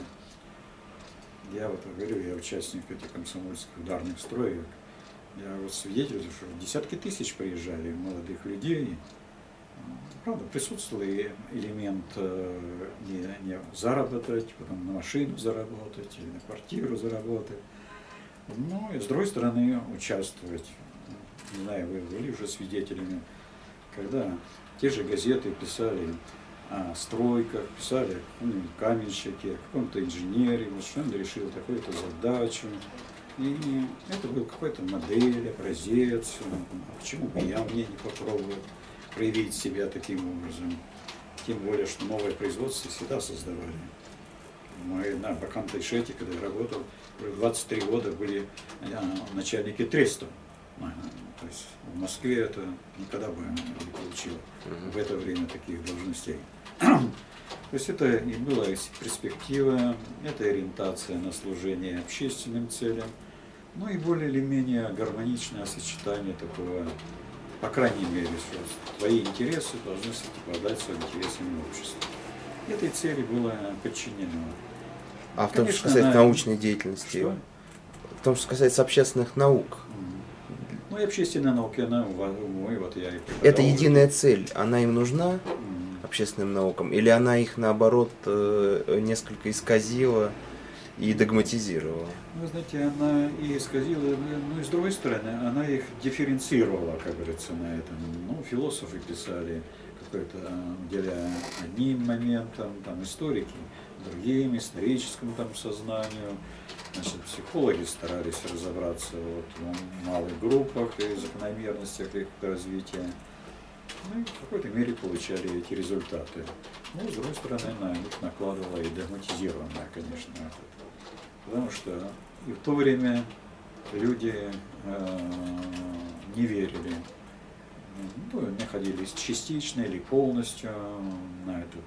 Я вот говорю, я участник этих комсомольских ударных строек, я вот свидетель, что десятки тысяч приезжали молодых людей. Правда, присутствовал и элемент не, не заработать, потом на машину заработать или на квартиру заработать. Но и с другой стороны участвовать. Не знаю, вы были уже свидетелями, когда те же газеты писали о стройках, писали о каком-нибудь каменщике, о каком-то инженере, вот что он решил такую-то задачу. И это был какой-то модель, образец, почему бы я мне не попробовать проявить себя таким образом. Тем более, что новое производство всегда создавали. Мы на Бакантой Шете, когда я работал, двадцать три года были начальники трестов. То есть в Москве это никогда бы не получило в это время таких должностей. То есть это и была перспектива, это ориентация на служение общественным целям, ну и более или менее гармоничное сочетание такого, по крайней мере, что твои интересы должны совпадать с интересами общества. Этой цели было подчинено. А в том, что касается на... научной деятельности, что? В том, что касается общественных наук. Ну и общественная наука, она, мой, вот я и это единая цель, она им нужна, mm. общественным наукам, или она их, наоборот, несколько исказила и догматизировала? Вы знаете, она и исказила, но и с другой стороны, она их дифференцировала, как говорится, на этом. Ну, философы писали какой-то, уделяя одним моментам, там, историки другим, историческому там сознанию. Значит, психологи старались разобраться вот, в малых группах и закономерностях их развития. Ну и в какой-то мере получали эти результаты. Ну, с другой стороны, на них накладывала и догматизированная, конечно, потому что и в то время люди э, не верили, ну, находились частично или полностью на этот.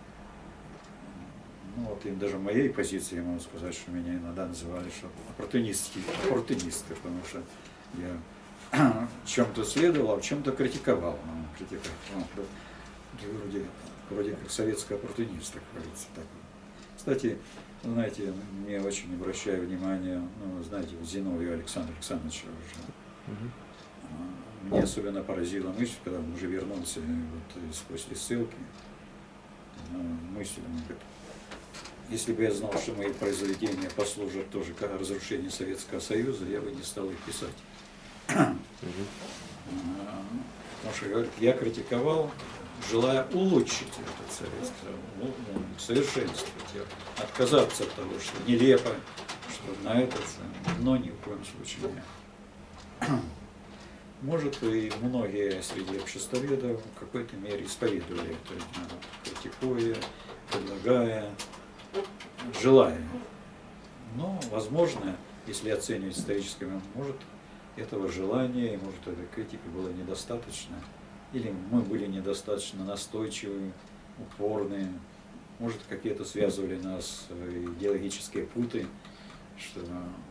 Ну, вот и даже в моей позиции я могу сказать, что меня иногда называли, что оппортунисты, оппортунисты, потому что я в чем-то следовал, а в чем-то критиковал. Ну, критиковал. Вроде, вроде как советский оппортунист, так говорится. Так. Кстати, знаете, мне очень обращаю внимание, ну, знаете, Зиновьев Александр Александрович уже. Угу. Мне особенно поразила мысль, когда он уже вернулся вот, после ссылки, мысль, он говорит, если бы я знал, что мои произведения послужат тоже как разрушению Советского Союза, я бы не стал их писать. Угу. Потому что, говорит, я критиковал, желая улучшить этот Советский Союз, совершенствовать его, отказаться от того, что нелепо, что на это, но ни в коем случае нет. Может, и многие среди обществоведов в какой-то мере исповедовали это, критикуя, предлагая, желая. Но, возможно, если оценивать исторически, может, этого желания, и может, этой критики было недостаточно, или мы были недостаточно настойчивы, упорные, может, какие-то связывали нас идеологические путы, что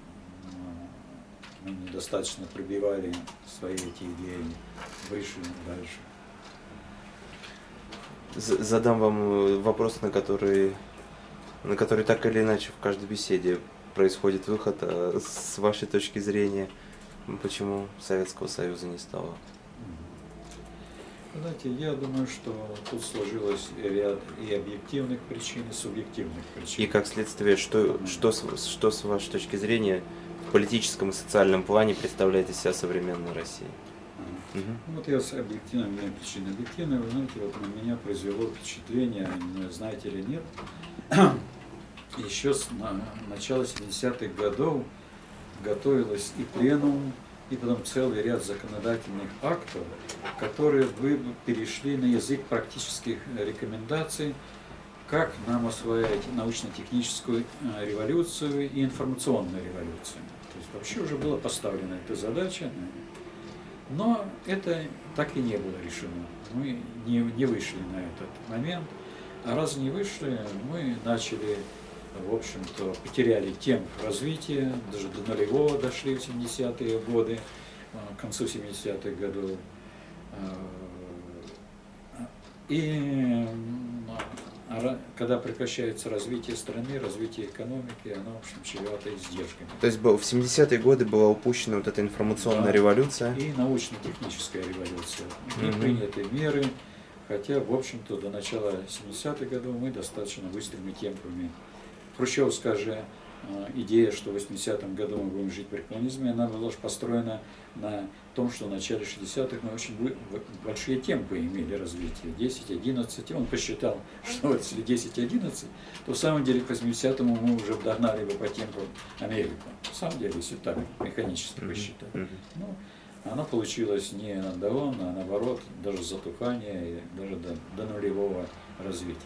мы недостаточно пробивали свои эти идеи выше и дальше. Задам вам вопрос, на который, на который так или иначе в каждой беседе происходит выход. С вашей точки зрения, почему Советского Союза не стало? Знаете, я думаю, что тут сложилось ряд и объективных причин, и субъективных причин. И как следствие, что, что, что с вашей точки зрения в политическом и социальном плане представляет из себя современная Россия? Угу. Вот я с объективной причиной. Объективной, вы знаете, вот на меня произвело впечатление, знаете или нет, еще с начала семидесятых годов готовилось и пленум, и потом целый ряд законодательных актов, которые бы перешли на язык практических рекомендаций, как нам освоять научно-техническую революцию и информационную революцию. То есть вообще уже была поставлена эта задача, но это так и не было решено. Мы не, не вышли на этот момент, а раз не вышли, мы начали, в общем-то, потеряли темп развития, даже до нулевого дошли в семидесятые годы, к концу семидесятых годов. И когда прекращается развитие страны, развитие экономики, оно, в общем, чревато издержками. То есть в семидесятые годы была упущена вот эта информационная да, революция? И научно-техническая революция. Не угу. приняты меры, хотя, в общем-то, до начала семидесятых годов мы достаточно быстрыми темпами. Хрущевская же идея, что в восьмидесятом году мы будем жить при коммунизме, она была же построена на том, что в начале шестидесятых мы очень большие темпы имели развития, десять-одиннадцать. Он посчитал, что вот если десять-одиннадцать, то в самом деле к восьмидесятому мы уже догнали бы по темпу Америку. На самом деле, если так механически посчитать. Mm-hmm. Ну, она получилась не наоборот, а наоборот, даже затухание, даже до, до нулевого развития.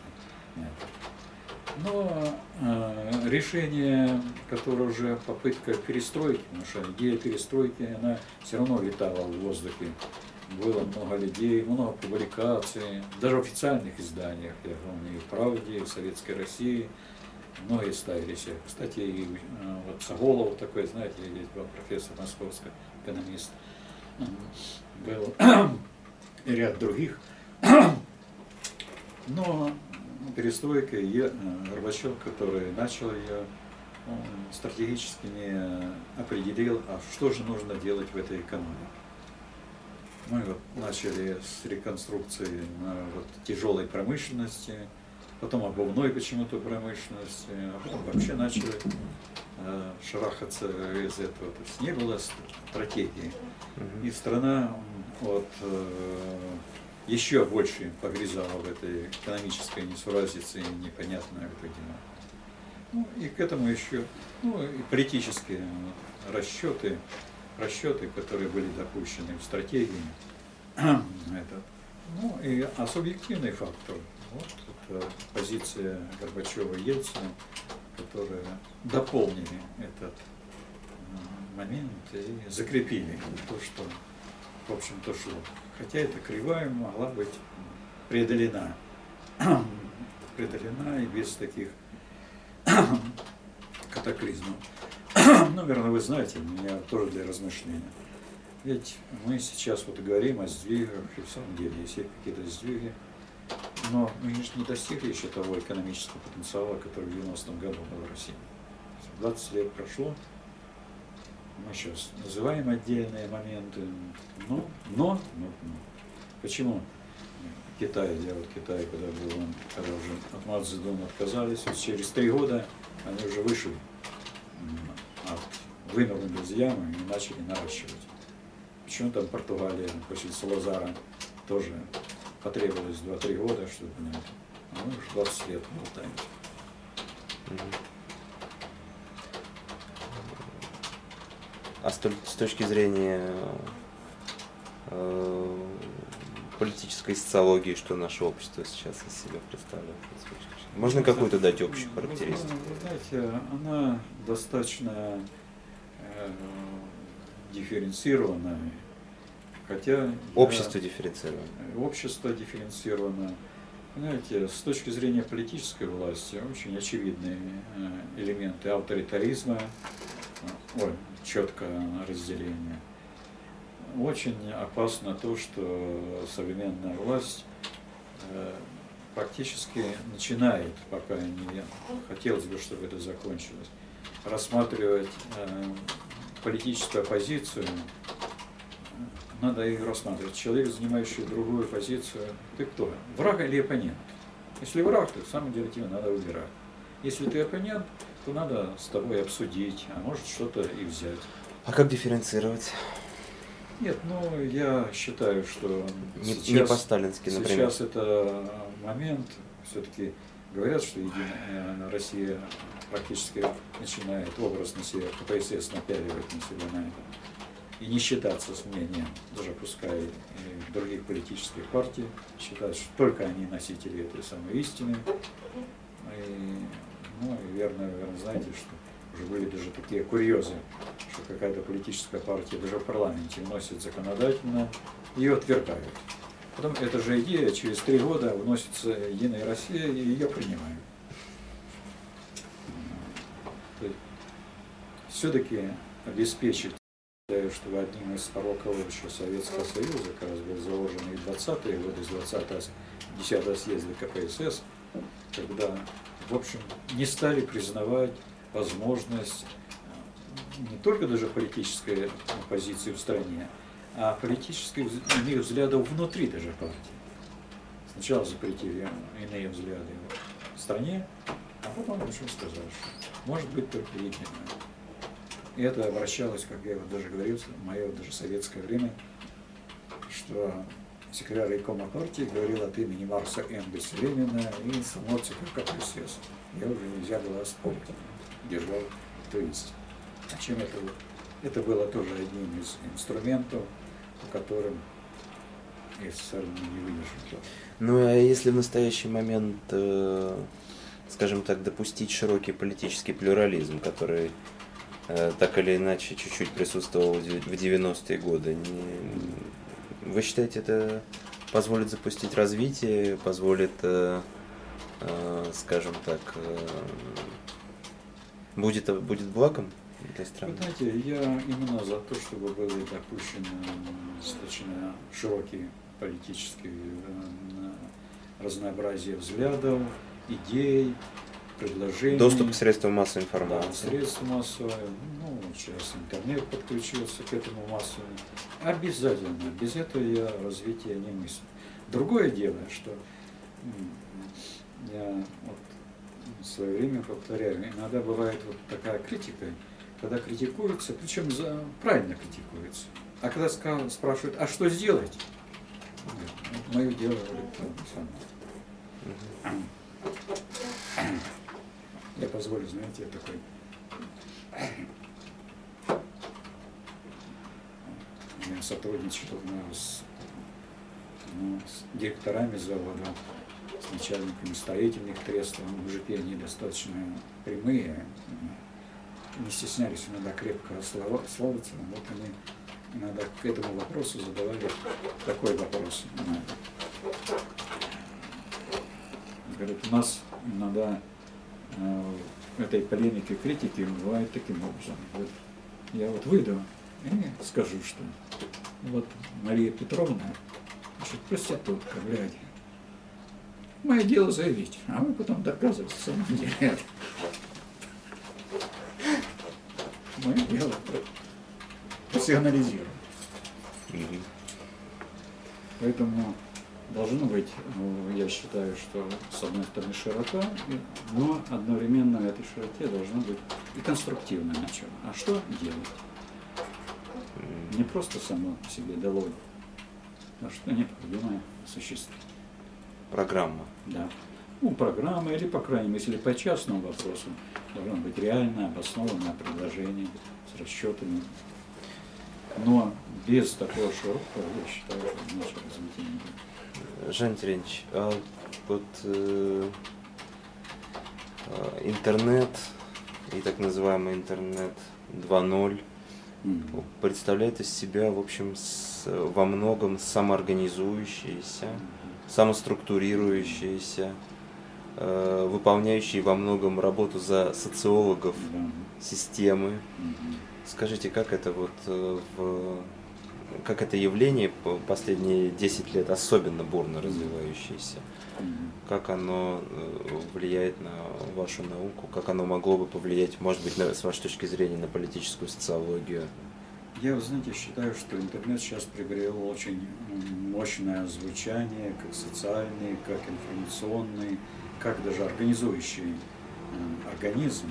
Но э, решение, которое уже попытка перестройки, потому что идея перестройки, она все равно витала в воздухе. Было много людей, много публикаций, даже в официальных изданиях, я помню, и в «Правде», и в «Советской России», многие ставились. Кстати, и э, вот Соголов такой, знаете, есть был профессор московский, экономист, был и ряд других. Но перестройка, и Горбачев, который начал ее, он стратегически не определил, а что же нужно делать в этой экономике. Мы вот начали с реконструкции вот, тяжелой промышленности, потом обувной почему-то промышленности, а потом вообще начали э, шарахаться из этого. То есть не было стратегии. И страна вот, э, еще больше погрязала в этой экономической несуразице и непонятной в итоге. Ну, и к этому еще, ну, и политические расчеты, расчеты, которые были допущены в стратегии. Это, ну, и а субъективный фактор. Вот это позиция Горбачева и Ельцина, которые дополнили этот момент и закрепили то, что, в общем-то, шло. Хотя эта кривая могла быть преодолена. преодолена и без таких катаклизмов. Ну, наверное, вы знаете, у меня тоже для размышления. Ведь мы сейчас вот говорим о сдвигах, и в самом деле есть какие-то сдвиги, но мы не достигли еще того экономического потенциала, который в девяностом году был в России. двадцать лет прошло, мы сейчас называем отдельные моменты, но, но, но, но. Почему Китай, я вот Китай, когда был, он, когда уже от Мао Цзэдуна отказались, вот через три года они уже вышли, от, вынырнули из ямы и начали наращивать. Почему там Португалия после Салазара тоже потребовалось два-три года, чтобы на это. А мы уже двадцать лет болтаемся. А с, с точки зрения э, политической социологии, что наше общество сейчас из себя представляет? Можно какую-то дать общую характеристику? Вы знаете, она достаточно э, дифференцированная, хотя... Общество я, дифференцировано. Общество дифференцировано. Знаете, с точки зрения политической власти очень очевидные элементы авторитаризма, ой, четкое разделение. Очень опасно то, что современная власть э, практически начинает, пока не хотелось бы, чтобы это закончилось, рассматривать э, политическую оппозицию. Надо ее рассматривать. Человек, занимающий другую позицию, ты кто? Враг или оппонент? Если враг, то в самом деле тебе надо выбирать. Если ты оппонент, то надо с тобой обсудить, а может что-то и взять. А как дифференцировать? Нет, ну я считаю, что не, сейчас, не по-сталински, например. Сейчас это момент, все-таки говорят, что Единая Россия практически начинает образ на себя, КПСС напяливать на себя на это. И не считаться с мнением, даже пускай и других политических партий, считать, что только они носители этой самой истины. И, ну, и верно, верно знаете, что уже были даже такие курьезы, что какая-то политическая партия даже в парламенте вносит законодательно, ее отвергают. Потом эта же идея через три года вносится Единая Россия, и ее принимают. Все-таки обеспечить, что одним из пороков еще Советского Союза, как раз был заложен и двадцатые годы, с двадцатого десятого съезда КПСС, когда, в общем, не стали признавать возможность не только даже политической оппозиции в стране, а политических иных взглядов внутри даже партии. Сначала запретили иные взгляды в стране, а потом, в общем, сказали, что может быть только единое. И это обращалось, как я вот даже говорил, в мое даже советское время, что секретарь райкома партии говорил от имени Маркса, Энгельса, Ленина и самого ЦК КПСС. Я уже нельзя было спорить, держал то есть. А чем это было? Это было тоже одним из инструментов, по которым СССР не выдержал. Ну а если в настоящий момент, э, скажем так, допустить широкий политический плюрализм, который так или иначе чуть-чуть присутствовал в девяностые годы. Вы считаете, это позволит запустить развитие, позволит, скажем так, будет, будет благом для страны? Вы знаете, я именно за то, чтобы был допущен достаточно широкий политический разнообразие взглядов, идей, предложений. Доступ к средствам массовой информации. Да, средства массовые, ну, сейчас интернет подключился к этому массовому. Обязательно, без этого я развития не мыслю. Другое дело, что я вот в свое время повторяю, иногда бывает вот такая критика, когда критикуется, причем за, правильно критикуется. А когда спрашивают, а что сделать? Вот, мое дело говорит то же самое. Я позволю, знаете, я такой... Я сотрудничал ну, с, ну, с директорами завода, с начальниками строительных трестов. Мужики, они достаточно прямые, не стеснялись иногда крепко словаться. Вот они иногда к этому вопросу задавали такой вопрос. Говорят, у нас иногда э, этой полемики, критики бывает таким образом. Вот, я вот выйду и скажу, что вот Мария Петровна, значит, проститутка, блядь. Мое дело заявить, а вы потом доказываете, в самом деле это. Мое дело профессионализировать. Mm-hmm. Поэтому должно быть, я считаю, что с одной стороны широта, но одновременно в этой широте должно быть и конструктивное начало. А что делать? Не просто само по себе долой, а что необходимо осуществить. Программа. Да. Ну, программа или, по крайней мере, если по частному вопросу, должно быть реально обоснованное предложение с расчетами. Но без такого широкого, я считаю, что наше развитие не будет. Жан Терентьевич, а вот э, интернет и так называемый интернет два ноль mm-hmm. представляет из себя, в общем, с, во многом самоорганизующиеся, mm-hmm. самоструктурирующиеся, э, выполняющие во многом работу за социологов mm-hmm. системы. Mm-hmm. Скажите, как это вот э, в как это явление последние десять лет особенно бурно развивающееся, mm-hmm. как оно влияет на вашу науку, как оно могло бы повлиять, может быть, на, с вашей точки зрения, на политическую социологию? Я, вы знаете, считаю, что интернет сейчас приобрел очень мощное звучание, как социальный, как информационный, как даже организующий организм.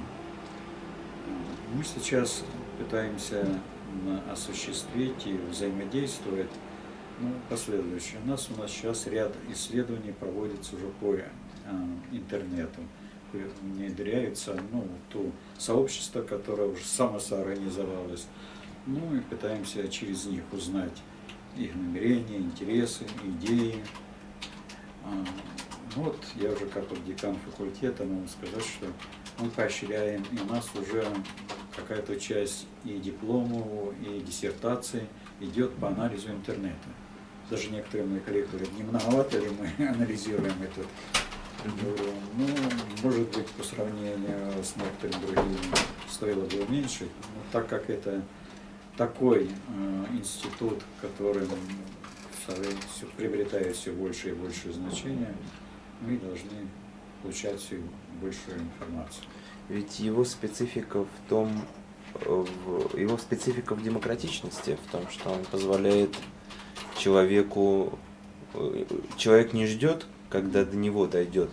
Мы сейчас пытаемся осуществить и взаимодействовать ну, последующее. У нас у нас сейчас ряд исследований проводится уже по э, интернету. Внедряется ну, то сообщество, которое уже самосоорганизовалось. Ну и пытаемся через них узнать их намерения, интересы, идеи. А, вот я уже как вот декан факультета могу сказать, что мы поощряем, и у нас уже какая-то часть и дипломов, и диссертаций идет по анализу интернета. Даже некоторые мои коллеги говорят, не многовато ли мы анализируем этот. Говорю, ну, может быть, по сравнению с некоторыми другими стоило бы меньше, но так как это такой э, институт, который все, приобретает все больше и больше значения, мы должны получать все большую информацию. Ведь его специфика в том, в, его специфика в демократичности, в том, что он позволяет человеку, человек не ждет, когда до него дойдет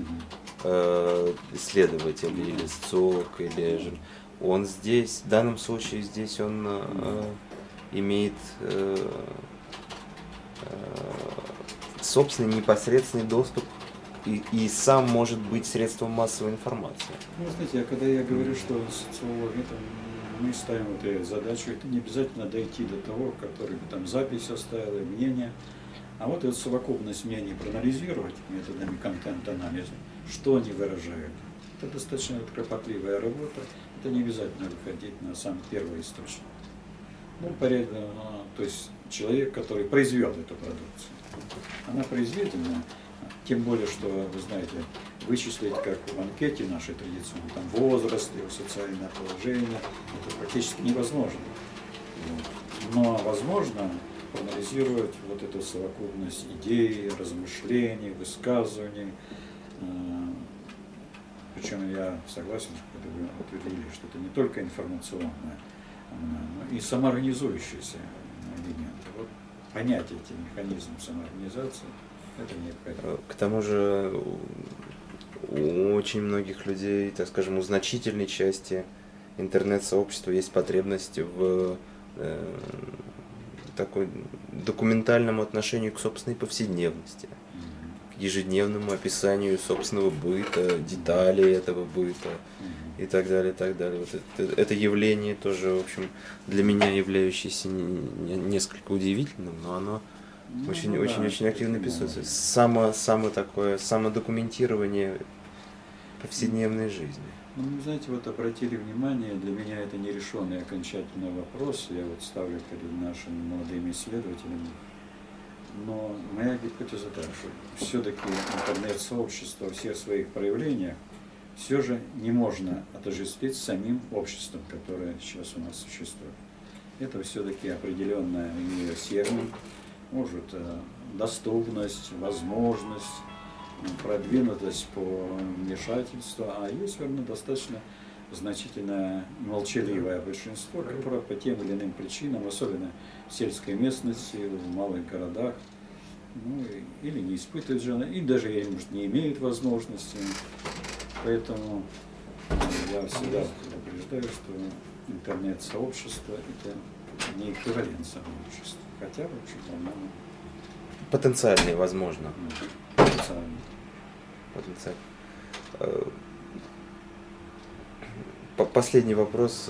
э, исследователь mm-hmm. или социолог, или же он здесь, в данном случае здесь он э, имеет э, э, собственный непосредственный доступ и, и сам может быть средством массовой информации. Ну, знаете, а когда я говорю, что социолог, это мы ставим эту задачу, это не обязательно дойти до того, который там запись оставил, и мнение. А вот эту совокупность мнений проанализировать методами контент-анализа, что они выражают. Это достаточно кропотливая работа, это не обязательно выходить на сам первый источник. Ну, порядка, то есть человек, который произвел эту продукцию. Она произведена, тем более, что, вы знаете, вычислить, как в анкете нашей традиционной, там возраст, его социальное положение, это практически невозможно. Но возможно проанализировать вот эту совокупность идей, размышлений, высказываний. Причем я согласен, что вы утвердили, что это не только информационное, но и самоорганизующиеся элементы. Вот понять эти механизмы самоорганизации, это необходимо. К тому же у очень многих людей, так скажем, у значительной части интернет-сообщества есть потребность в э, такой документальном отношении к собственной повседневности, ежедневному описанию собственного быта, деталей этого быта и так далее, и так далее. Вот это, это явление тоже, в общем, для меня являющееся не, не, несколько удивительным, но оно Ну, очень, ну очень, да, очень активно таким писается. образом. Само, само такое, самодокументирование повседневной жизни. Ну, вы знаете, вот обратили внимание, для меня это нерешенный окончательный вопрос, я вот ставлю перед нашими молодыми исследователями. Но моя гипотеза такая, что все-таки интернет-сообщество во всех своих проявлениях все же не можно отождествить с самим обществом, которое сейчас у нас существует. Это все-таки определенная ее сегмент, может, доступность, возможность, продвинутость по вмешательству, а есть, верно, достаточно значительное молчаливое большинство, которое по тем или иным причинам, особенно в сельской местности, в малых городах, ну, или не испытывает же, или даже, может, не имеет возможности. Поэтому я всегда предупреждаю, что интернет-сообщество – это не эквивалент сообщества, хотя, в общем, по-моему, Потенциальные, возможно. потенциально. Потенциально. Последний вопрос,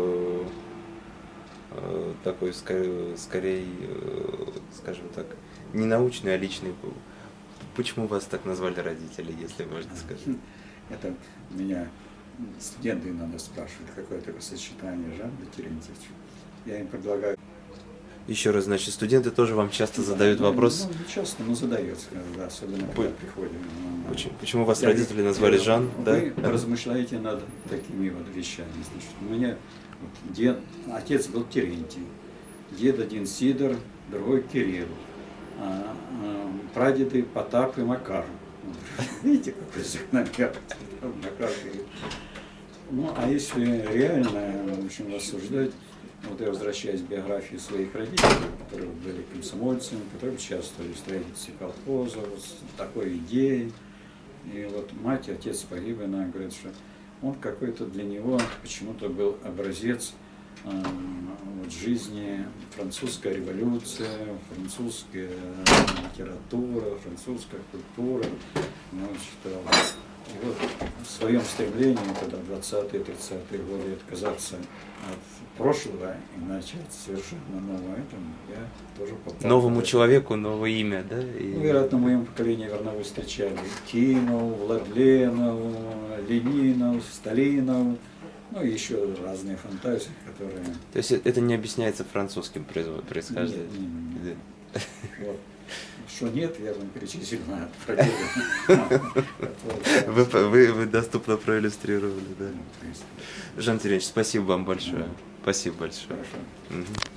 такой, скорее, скажем так, не научный, а личный. Почему вас так назвали родители, если можно сказать? Это меня студенты иногда спрашивают, какое такое сочетание Жанна Терентьевич. Я им предлагаю. Еще раз, значит, студенты тоже вам часто задают ну, вопрос? Ну, не часто, но задается, да, особенно когда П- приходим. Почему, почему вас Я, родители назвали я, Жан? Вы Да? размышляете над такими вот вещами. Значит, у меня вот, дед, отец был Терентий, дед один Сидор, другой Кирилл, а, а, прадеды Потап и Макар. Видите, какой закономерный Макар Кирилл. Ну, а если реально, в общем, рассуждать, вот я возвращаюсь к биографии своих родителей, которые были комсомольцами, которые участвовали в строительстве колхоза, вот с такой идеей. И вот мать и отец погибли, она говорит, что он какой-то для него почему-то был образец э, вот, жизни, французская революция, французская литература, французская культура. Ну, считал. И вот в своем стремлении, когда в двадцатые-тридцатые годы отказаться от прошлого и начать совершенно новое, это я тоже попал. Новому человеку новое имя, да? И... Ну, вероятно, в моем поколении, верно, вы встречали Кимов, Владленов, Ленинов, Сталинов, ну и еще разные фантазии, которые... То есть это не объясняется французским происхождением? Нет, нет, нет. Вот. Что нет, я вам перечислил на проверку. Вы, вы, вы доступно проиллюстрировали, да. Жан Терентьевич, спасибо вам большое. Спасибо большое. Хорошо. Угу.